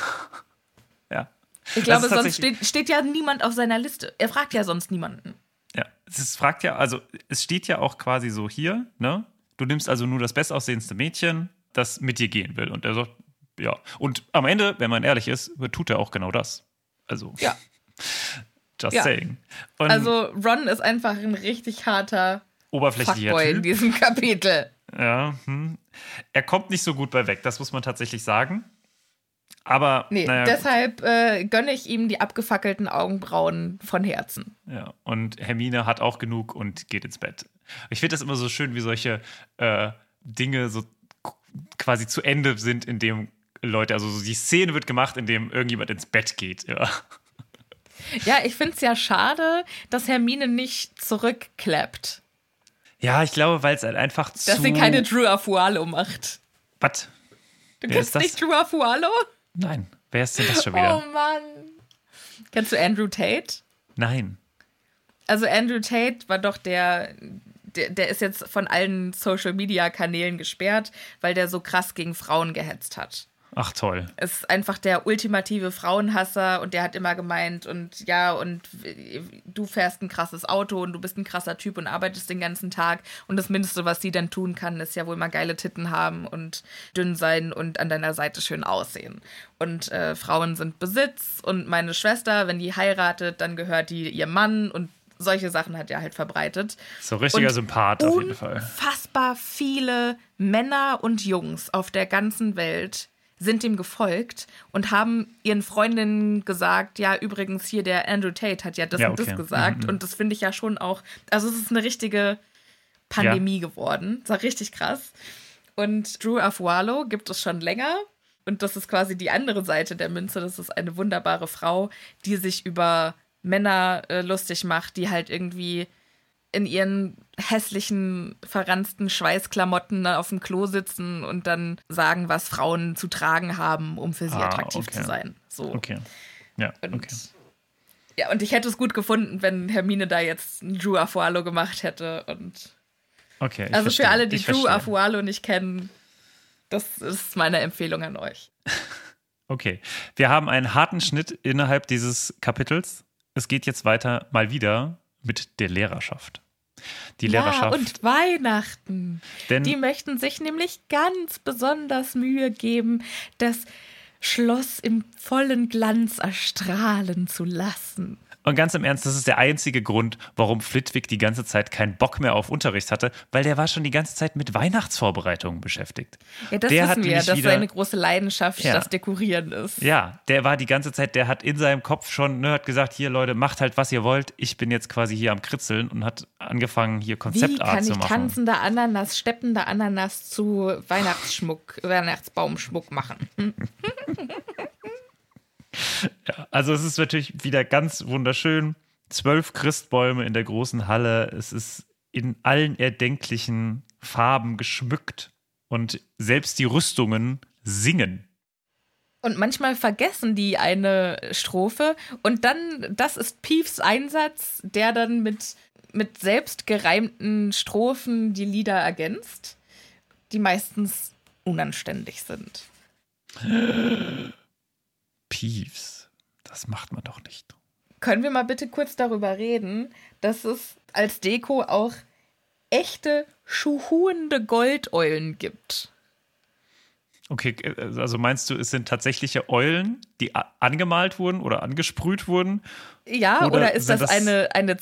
ja. Ich glaube, Das ist sonst tatsächlich- steht, steht ja niemand auf seiner Liste. Er fragt ja sonst niemanden. Ja, es ist, fragt ja, also es steht ja auch quasi so hier, ne? Du nimmst also nur das bestaussehendste Mädchen, das mit dir gehen will. Und er sagt, ja. Und am Ende, wenn man ehrlich ist, tut er auch genau das. Also, Ja. just Ja. saying. Und Also Ron ist einfach ein richtig harter oberflächlicher Fuckboy in Typ. diesem Kapitel. Ja, hm. Er kommt nicht so gut bei weg, das muss man tatsächlich sagen. Aber, Nee, naja, deshalb äh, gönne ich ihm die abgefackelten Augenbrauen von Herzen. ja. Und Hermine hat auch genug und geht ins Bett. Ich finde das immer so schön, wie solche äh, Dinge so k- quasi zu Ende sind, indem Leute, also so die Szene wird gemacht, indem irgendjemand ins Bett geht. Ja, Ja, ich finde es ja schade, dass Hermine nicht zurückklappt. ja ich glaube, weil es halt einfach zu... Dass sie keine Drew Afualo macht. Was? Du Wer ist kennst das? nicht Drew Afualo? Nein. Wer ist denn das schon wieder? Oh Mann. Kennst du Andrew Tate? Nein. Also Andrew Tate war doch der, der, der ist jetzt von allen Social-Media-Kanälen gesperrt, weil der so krass gegen Frauen gehetzt hat. Ach, toll. Ist einfach der ultimative Frauenhasser und der hat immer gemeint und ja, und du fährst ein krasses Auto und du bist ein krasser Typ und arbeitest den ganzen Tag und das Mindeste, was sie dann tun kann, ist ja wohl mal geile Titten haben und dünn sein und an deiner Seite schön aussehen. Und äh, Frauen sind Besitz und meine Schwester, wenn die heiratet, dann gehört die ihrem Mann und solche Sachen hat er halt verbreitet. So richtiger und Sympath auf jeden Fall. Unfassbar viele Männer und Jungs auf der ganzen Welt sind ihm gefolgt und haben ihren Freundinnen gesagt, ja, übrigens hier der Andrew Tate hat ja das ja, und okay. das gesagt. Mhm. Und das finde ich ja schon auch, also es ist eine richtige Pandemie ja. geworden. Das war richtig krass. Und Drew Afualo gibt es schon länger. Und das ist quasi die andere Seite der Münze. Das ist eine wunderbare Frau, die sich über Männer äh, lustig macht, die halt irgendwie in ihren hässlichen, verranzten Schweißklamotten auf dem Klo sitzen und dann sagen, was Frauen zu tragen haben, um für sie ah, attraktiv okay. zu sein. So. Okay. Ja, und, okay. Ja, und ich hätte es gut gefunden, wenn Hermine da jetzt einen Drew Afualo gemacht hätte. Und okay, ich also verstehe. Für alle, die ich Drew verstehe. Afualo nicht kennen, das ist meine Empfehlung an euch. Okay, wir haben einen harten Schnitt innerhalb dieses Kapitels. Es geht jetzt weiter mal wieder mit der Lehrerschaft. Die ja, Lehrerschaft. Und Weihnachten. Denn die möchten sich nämlich ganz besonders Mühe geben, das Schloss im vollen Glanz erstrahlen zu lassen. Und ganz im Ernst, das ist der einzige Grund, warum Flitwick die ganze Zeit keinen Bock mehr auf Unterricht hatte, weil der war schon die ganze Zeit mit Weihnachtsvorbereitungen beschäftigt. Ja, das der wissen wir, dass wieder, seine große Leidenschaft ja. das Dekorieren ist. Ja, der war die ganze Zeit, der hat in seinem Kopf schon, ne, hat gesagt, hier Leute, macht halt, was ihr wollt. Ich bin jetzt quasi hier am Kritzeln und hat angefangen, hier Konzeptart zu machen. Wie kann ich tanzende Ananas, steppende Ananas zu Weihnachtsschmuck, Weihnachtsbaumschmuck machen? Hm? Ja, also es ist natürlich wieder ganz wunderschön. Zwölf Christbäume in der großen Halle. Es ist in allen erdenklichen Farben geschmückt. Und selbst die Rüstungen singen. Und manchmal vergessen die eine Strophe. Und dann, das ist Peeves Einsatz, der dann mit, mit selbst gereimten Strophen die Lieder ergänzt, die meistens unanständig sind. Peeves, das macht man doch nicht. Können wir mal bitte kurz darüber reden, dass es als Deko auch echte, schuhuende Goldeulen gibt? Okay, also meinst du, es sind tatsächliche Eulen, die angemalt wurden oder angesprüht wurden? Ja, oder, oder ist das, das eine, eine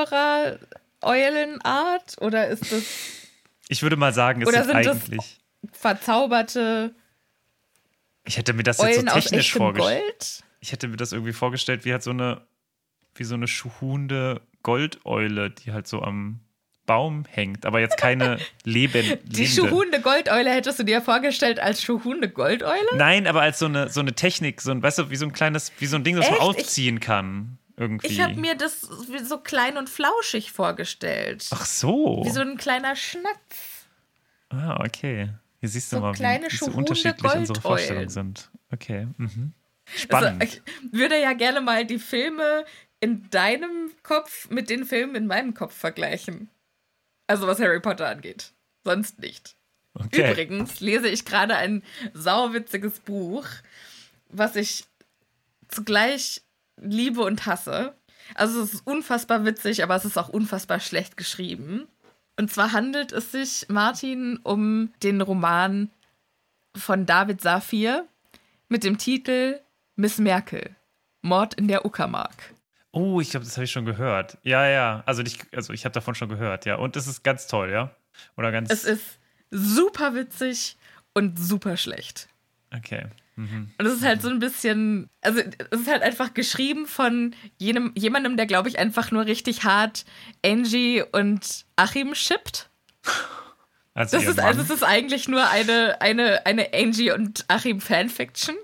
Zauberer-Eulenart? Oder ist das... Ich würde mal sagen, es oder sind, sind eigentlich... Das verzauberte... Ich hätte mir das Eulen jetzt so technisch vorgestellt. Gold? Ich hätte mir das irgendwie vorgestellt, wie halt so eine, wie so eine schuhunde Goldeule, die halt so am Baum hängt, aber jetzt keine lebende. Die schuhunde Goldeule hättest du dir vorgestellt als schuhunde Goldeule? Nein, aber als so eine, so eine Technik, so ein, weißt du, wie so ein kleines, wie so ein Ding, das Echt? man ausziehen ich, kann. Irgendwie. Ich habe mir das so klein und flauschig vorgestellt. Ach so. Wie so ein kleiner Schnatz. Ah, okay. Hier siehst du so mal, wie, wie so unterschiedlich Goldeulen. unsere Vorstellungen sind. Okay. Mhm. Spannend. Also, ich würde ja gerne mal die Filme in deinem Kopf mit den Filmen in meinem Kopf vergleichen. Also was Harry Potter angeht. Sonst nicht. Okay. Übrigens lese ich gerade ein sauwitziges Buch, was ich zugleich liebe und hasse. Also es ist unfassbar witzig, aber es ist auch unfassbar schlecht geschrieben. Und zwar handelt es sich, Martin, um den Roman von David Safir mit dem Titel Miss Merkel, Mord in der Uckermark. Oh, ich glaube, das habe ich schon gehört. Ja, ja, also ich, also ich habe davon schon gehört, ja. Und es ist ganz toll, ja? Oder ganz... Es ist super witzig und super schlecht. Okay. Mhm. Und es ist halt so ein bisschen, also es ist halt einfach geschrieben von jenem, jemandem, der, glaube ich, einfach nur richtig hart Angie und Achim shippt. Also das ist, also es ist eigentlich nur eine, eine, eine Angie und Achim Fanfiction.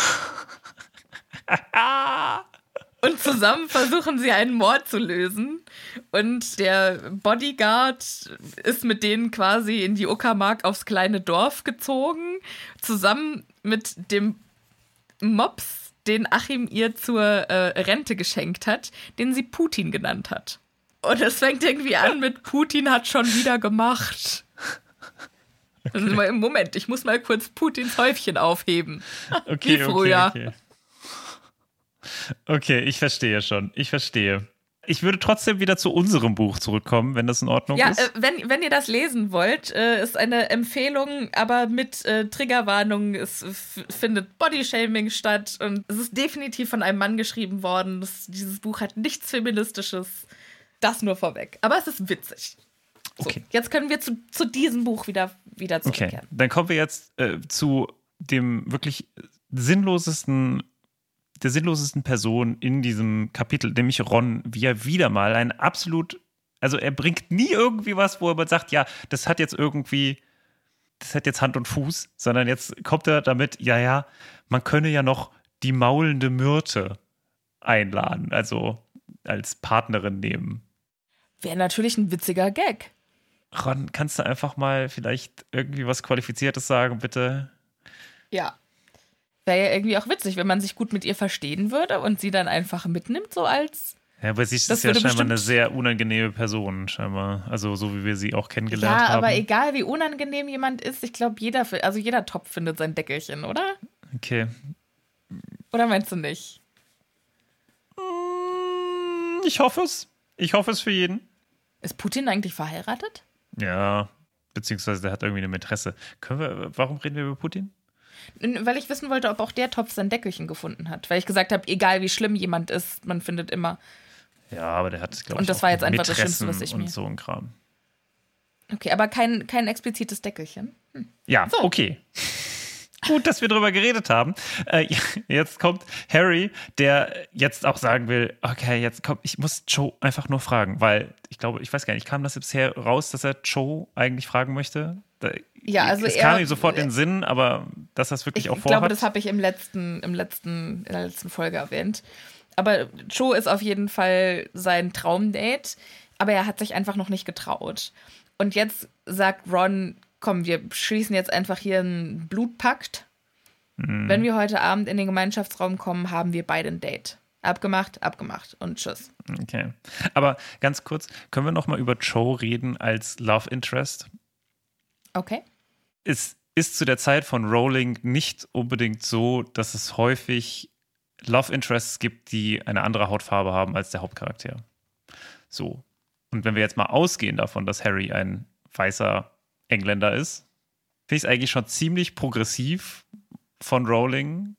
Und zusammen versuchen sie einen Mord zu lösen. Und der Bodyguard ist mit denen quasi in die Uckermark aufs kleine Dorf gezogen. Zusammen mit dem Mops, den Achim ihr zur äh, Rente geschenkt hat, den sie Putin genannt hat. Und es fängt irgendwie an mit Putin hat schon wieder gemacht. Okay. Also im Moment, ich muss mal kurz Putins Häufchen aufheben. Okay, wie früher. Okay, okay. Okay, ich verstehe schon. Ich verstehe. Ich würde trotzdem wieder zu unserem Buch zurückkommen, wenn das in Ordnung ja, ist. Ja, äh, wenn, wenn ihr das lesen wollt, äh, ist eine Empfehlung, aber mit äh, Triggerwarnung. Es f- findet Bodyshaming statt und es ist definitiv von einem Mann geschrieben worden. Das, dieses Buch hat nichts Feministisches. Das nur vorweg. Aber es ist witzig. So, Okay. jetzt können wir zu, zu diesem Buch wieder, wieder zurückkehren. Okay, dann kommen wir jetzt äh, zu dem wirklich sinnlosesten, der sinnlosesten Person in diesem Kapitel, nämlich Ron, wie er wieder mal ein absolut, also er bringt nie irgendwie was, wo er sagt, ja, das hat jetzt irgendwie, das hat jetzt Hand und Fuß, sondern jetzt kommt er damit, ja, ja, man könne ja noch die maulende Myrte einladen, also als Partnerin nehmen. Wäre natürlich ein witziger Gag. Ron, kannst du einfach mal vielleicht irgendwie was Qualifiziertes sagen, bitte? Ja. Wäre ja irgendwie auch witzig, wenn man sich gut mit ihr verstehen würde und sie dann einfach mitnimmt, so als. Ja, aber sie ist Das ja würde scheinbar eine bestimmt- sehr unangenehme Person, scheinbar. Also so wie wir sie auch kennengelernt Ja, haben. aber egal wie unangenehm jemand ist, ich glaube, jeder, fi- also jeder Topf findet sein Deckelchen, oder? Okay. Oder meinst du nicht? Ich hoffe es. Ich hoffe es für jeden. Ist Putin eigentlich verheiratet? Ja, beziehungsweise der hat irgendwie eine Mätresse. Können wir, warum reden wir über Putin? N- Weil ich wissen wollte, ob auch der Topf sein Deckelchen gefunden hat. Weil ich gesagt habe, egal wie schlimm jemand ist, man findet immer. Ja, aber der hat, glaube ich, Und das auch war jetzt einfach das Schlimmste, Mätressen was ich und mir- so ein Kram. Okay, aber kein, kein explizites Deckelchen. Ja, So. okay. Gut, dass wir drüber geredet haben. Äh, jetzt kommt Harry, der jetzt auch sagen will, okay, jetzt komm, ich muss Joe einfach nur fragen, weil ich glaube, ich weiß gar nicht, kam das bisher raus, dass er Joe eigentlich fragen möchte? Da, Ja, also es er- kam ihm sofort in den Sinn, aber dass er es wirklich Ich auch vorhat. glaube, das habe ich im letzten, im letzten, in der letzten Folge erwähnt. Aber Joe ist auf jeden Fall sein Traumdate, aber er hat sich einfach noch nicht getraut. Und jetzt sagt Ron, komm, wir schließen jetzt einfach hier einen Blutpakt. Mhm. Wenn wir heute Abend in den Gemeinschaftsraum kommen, haben wir beide ein Date. Abgemacht, abgemacht und tschüss. Okay. Aber ganz kurz, können wir noch mal über Joe reden als Love Interest? Okay. Es ist zu der Zeit von Rowling nicht unbedingt so, dass es häufig Love Interests gibt, die eine andere Hautfarbe haben als der Hauptcharakter. So. Und wenn wir jetzt mal ausgehen davon, dass Harry ein weißer Engländer ist, finde ich es eigentlich schon ziemlich progressiv von Rowling,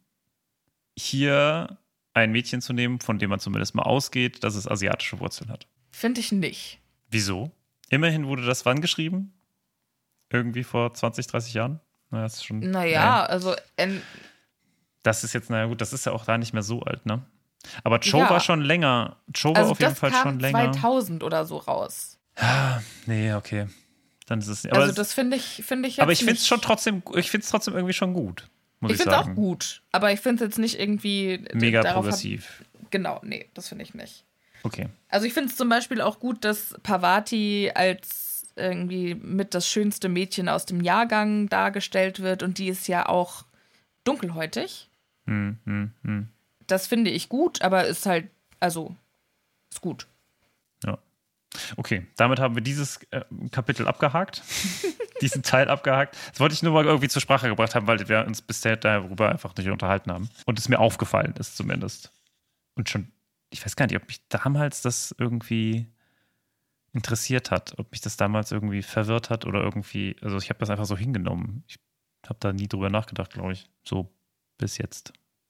hier ein Mädchen zu nehmen, von dem man zumindest mal ausgeht, dass es asiatische Wurzeln hat. Finde ich nicht. Wieso? Immerhin wurde das wann geschrieben? Irgendwie vor zwanzig, dreißig Jahren? Na, das ist schon, Naja, also en- Das ist jetzt, naja gut, das ist ja auch da nicht mehr so alt, ne? Aber Joe Ja. war schon länger. Joe war also auf jeden das Fall kam schon länger. zweitausend oder so raus. Nee, okay. Dann ist es. Aber, Also das finde ich, finde ich jetzt aber ich finde es nicht. schon trotzdem, ich finde es trotzdem irgendwie schon gut. Muss ich, Ich finde es sagen. auch gut, aber ich finde es jetzt nicht irgendwie Mega darauf progressiv. Hab, genau, nee, das finde ich nicht. Okay. Also ich finde es zum Beispiel auch gut, dass Parvati als irgendwie mit das schönste Mädchen aus dem Jahrgang dargestellt wird und die ist ja auch dunkelhäutig. Hm, hm, hm. Das finde ich gut, aber ist halt, also, ist gut. Ja. Okay, damit haben wir dieses äh, Kapitel abgehakt. Diesen Teil abgehakt. Das wollte ich nur mal irgendwie zur Sprache gebracht haben, weil wir uns bisher darüber einfach nicht unterhalten haben. Und es mir aufgefallen ist zumindest. Und schon, ich weiß gar nicht, ob mich damals das irgendwie interessiert hat, ob mich das damals irgendwie verwirrt hat oder irgendwie, also ich habe das einfach so hingenommen. Ich habe da nie drüber nachgedacht, glaube ich. So bis jetzt.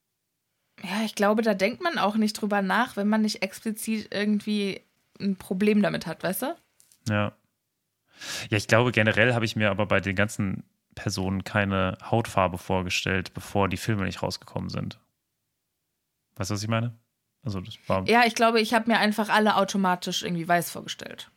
Ja, ich glaube, da denkt man auch nicht drüber nach, wenn man nicht explizit irgendwie ein Problem damit hat, weißt du? Ja. Ja, ich glaube, generell habe ich mir aber bei den ganzen Personen keine Hautfarbe vorgestellt, bevor die Filme nicht rausgekommen sind. Weißt du, was ich meine? Also, das war. Ja, ich glaube, ich habe mir einfach alle automatisch irgendwie weiß vorgestellt.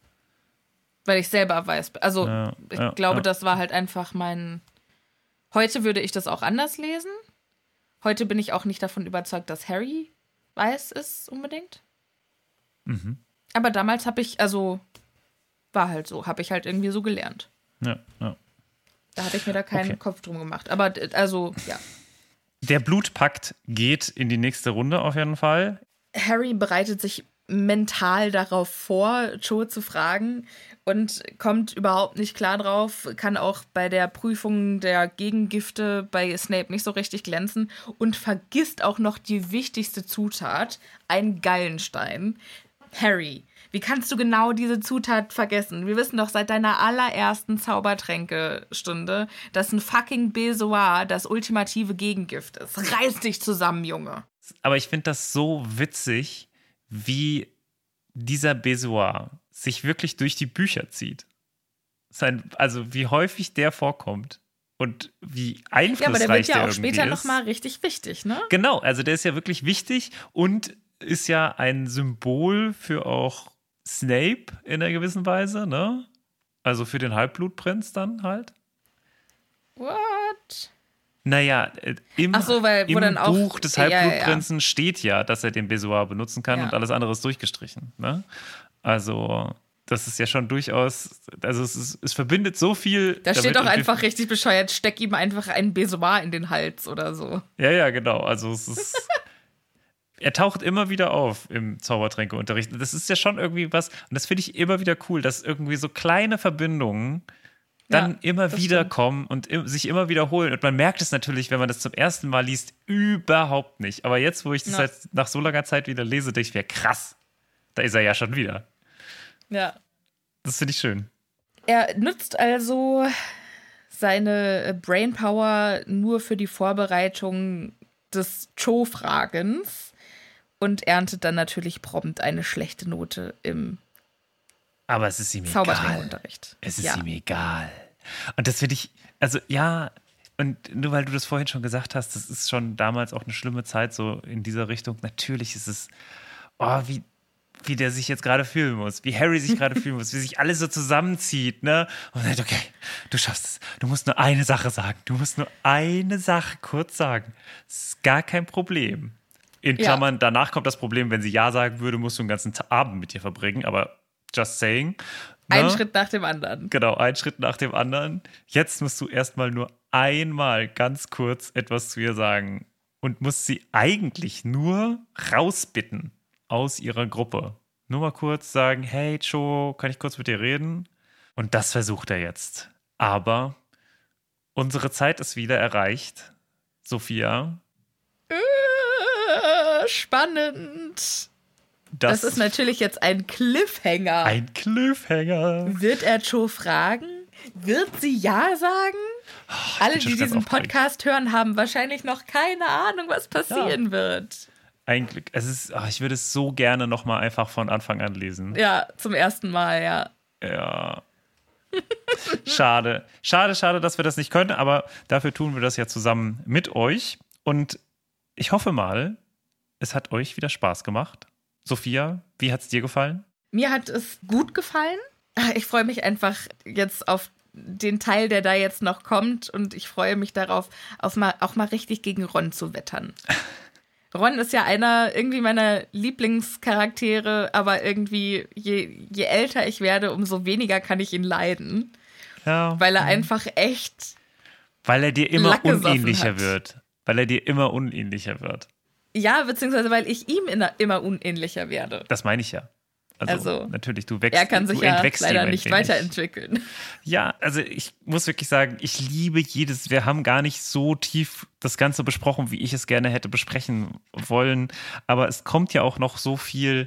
Weil ich selber weiß bin. Also, Ja, ich ja, glaube, ja. das war halt einfach mein. Heute würde ich das auch anders lesen. Heute bin ich auch nicht davon überzeugt, dass Harry weiß ist unbedingt. Mhm. Aber damals habe ich, also, war halt so, habe ich halt irgendwie so gelernt. Ja, ja. Da hatte ich mir da keinen Okay. Kopf drum gemacht. Aber, also, ja. Der Blutpakt geht in die nächste Runde auf jeden Fall. Harry bereitet sich mental darauf vor, Cho zu fragen und kommt überhaupt nicht klar drauf, kann auch bei der Prüfung der Gegengifte bei Snape nicht so richtig glänzen und vergisst auch noch die wichtigste Zutat, ein Gallenstein. Harry, wie kannst du genau diese Zutat vergessen? Wir wissen doch seit deiner allerersten Zaubertränkestunde, dass ein fucking Bezoar das ultimative Gegengift ist. Reiß dich zusammen, Junge. Aber ich finde das so witzig, wie dieser Bezoar sich wirklich durch die Bücher zieht. Sein, also wie häufig der vorkommt und wie einflussreich der Ja, aber der wird ja auch irgendwie später ist. nochmal richtig wichtig, ne? Genau, also der ist ja wirklich wichtig und ist ja ein Symbol für auch Snape in einer gewissen Weise, ne? Also für den Halbblutprinz dann halt. What? Naja, im, Ach so, weil, wo im dann auch, Buch des ja, ja, ja. Halbblutprinzen steht ja, dass er den Bezoar benutzen kann Ja. und alles andere ist durchgestrichen. Ne? Also, das ist ja schon durchaus, also es, ist, es verbindet so viel. Da steht damit doch und wir- einfach richtig bescheuert, steck ihm einfach einen Besoar in den Hals oder so. Ja, ja, genau. Also es ist. Er taucht immer wieder auf im Zaubertränkeunterricht. Das ist ja schon irgendwie was, und das finde ich immer wieder cool, dass irgendwie so kleine Verbindungen dann Ja, immer das wieder stimmt. kommen und im, sich immer wiederholen. Und man merkt es natürlich, wenn man das zum ersten Mal liest, überhaupt nicht. Aber jetzt, wo ich das Ja. halt nach so langer Zeit wieder lese, denke ich mir, krass, da ist er ja schon wieder. Ja. Das finde ich schön. Er nutzt also seine Brainpower nur für die Vorbereitung des Cho-Fragens und erntet dann natürlich prompt eine schlechte Note im Aber es ist ihm egal. Zaubertränkeunterricht. Es ist Ja. ihm egal. Und das finde ich, also ja, und nur weil du das vorhin schon gesagt hast, das ist schon damals auch eine schlimme Zeit so in dieser Richtung. Natürlich ist es, oh, wie, wie der sich jetzt gerade fühlen muss, wie Harry sich gerade fühlen muss, wie sich alles so zusammenzieht, ne? Und er sagt, okay, du schaffst es. Du musst nur eine Sache sagen. Du musst nur eine Sache kurz sagen. Das ist gar kein Problem. In Ja. Klammern, danach kommt das Problem, wenn sie Ja sagen würde, musst du einen ganzen Ta- Abend mit ihr verbringen, aber just saying. Ein ne? Schritt nach dem anderen. Genau, ein Schritt nach dem anderen. Jetzt musst du erstmal nur einmal ganz kurz etwas zu ihr sagen und musst sie eigentlich nur rausbitten aus ihrer Gruppe. Nur mal kurz sagen, hey Cho, kann ich kurz mit dir reden? Und das versucht er jetzt. Aber unsere Zeit ist wieder erreicht. Sophia, Äh, spannend. das, Das ist natürlich jetzt ein Cliffhanger. ein Cliffhanger. Wird er Cho fragen? Wird sie Ja sagen? Alle, bin schon die ganz diesen aufgeregt. Podcast hören, haben wahrscheinlich noch keine Ahnung, was passieren wird. Ein Glück. Es ist, ach, ich würde es so gerne nochmal einfach von Anfang an lesen. Ja, zum ersten Mal, ja. Ja. Schade. Schade, schade, dass wir das nicht können, aber dafür tun wir das ja zusammen mit euch. Und ich hoffe mal, es hat euch wieder Spaß gemacht. Sophia, wie hat es dir gefallen? Mir hat es gut gefallen. Ich freue mich einfach jetzt auf den Teil, der da jetzt noch kommt. Und ich freue mich darauf, auf mal, auch mal richtig gegen Ron zu wettern. Ron ist ja einer irgendwie meiner Lieblingscharaktere, aber irgendwie, je, je älter ich werde, umso weniger kann ich ihn leiden. Ja. Weil er einfach echt, Weil er dir immer Lack gesoffen unähnlicher hat. wird. Weil er dir immer unähnlicher wird. ja, beziehungsweise weil ich ihm inner- immer unähnlicher werde. Das meine ich ja. Also, Also, natürlich, du wächst. Er kann sich du ja entwächst leider ihm ein nicht wenig. weiterentwickeln. Ja, also ich muss wirklich sagen, ich liebe jedes, wir haben gar nicht so tief das Ganze besprochen, wie ich es gerne hätte besprechen wollen, aber es kommt ja auch noch so viel,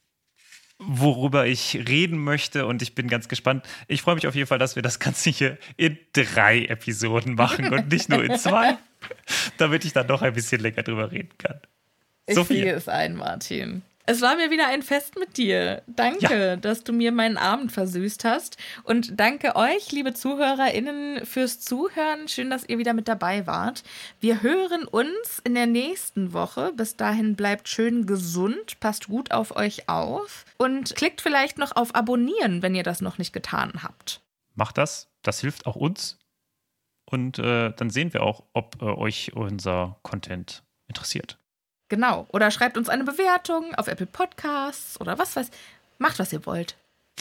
worüber ich reden möchte und ich bin ganz gespannt. Ich freue mich auf jeden Fall, dass wir das Ganze hier in drei Episoden machen und nicht nur in zwei, damit ich dann noch ein bisschen länger drüber reden kann. Ich Sophia. sehe es ein, Martin. Es war mir wieder ein Fest mit dir. Danke, Ja. dass du mir meinen Abend versüßt hast. Und danke euch, liebe ZuhörerInnen, fürs Zuhören. Schön, dass ihr wieder mit dabei wart. Wir hören uns in der nächsten Woche. Bis dahin bleibt schön gesund, passt gut auf euch auf und klickt vielleicht noch auf Abonnieren, wenn ihr das noch nicht getan habt. Macht das, das hilft auch uns und äh, dann sehen wir auch, ob äh, euch unser Content interessiert. Genau. Oder schreibt uns eine Bewertung auf Apple Podcasts oder was weiß. Macht, was ihr wollt.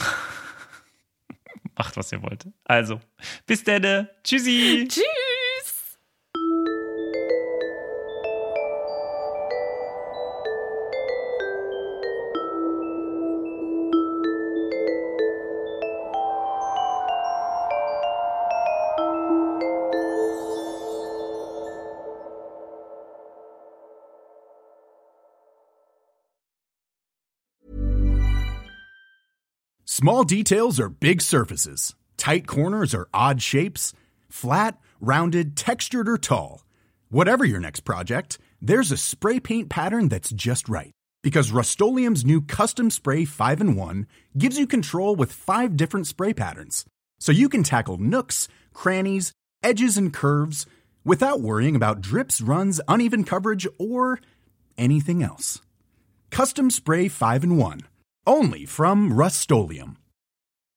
Macht, was ihr wollt. Also, bis dann. Tschüssi. Tschüss! Small details are big surfaces. Tight corners are odd shapes. Flat, rounded, textured, or tall. Whatever your next project, there's a spray paint pattern that's just right. Because Rust-Oleum's new Custom Spray five in one gives you control with five different spray patterns, so you can tackle nooks, crannies, edges, and curves without worrying about drips, runs, uneven coverage, or anything else. Custom Spray five in one, only from Rust-Oleum.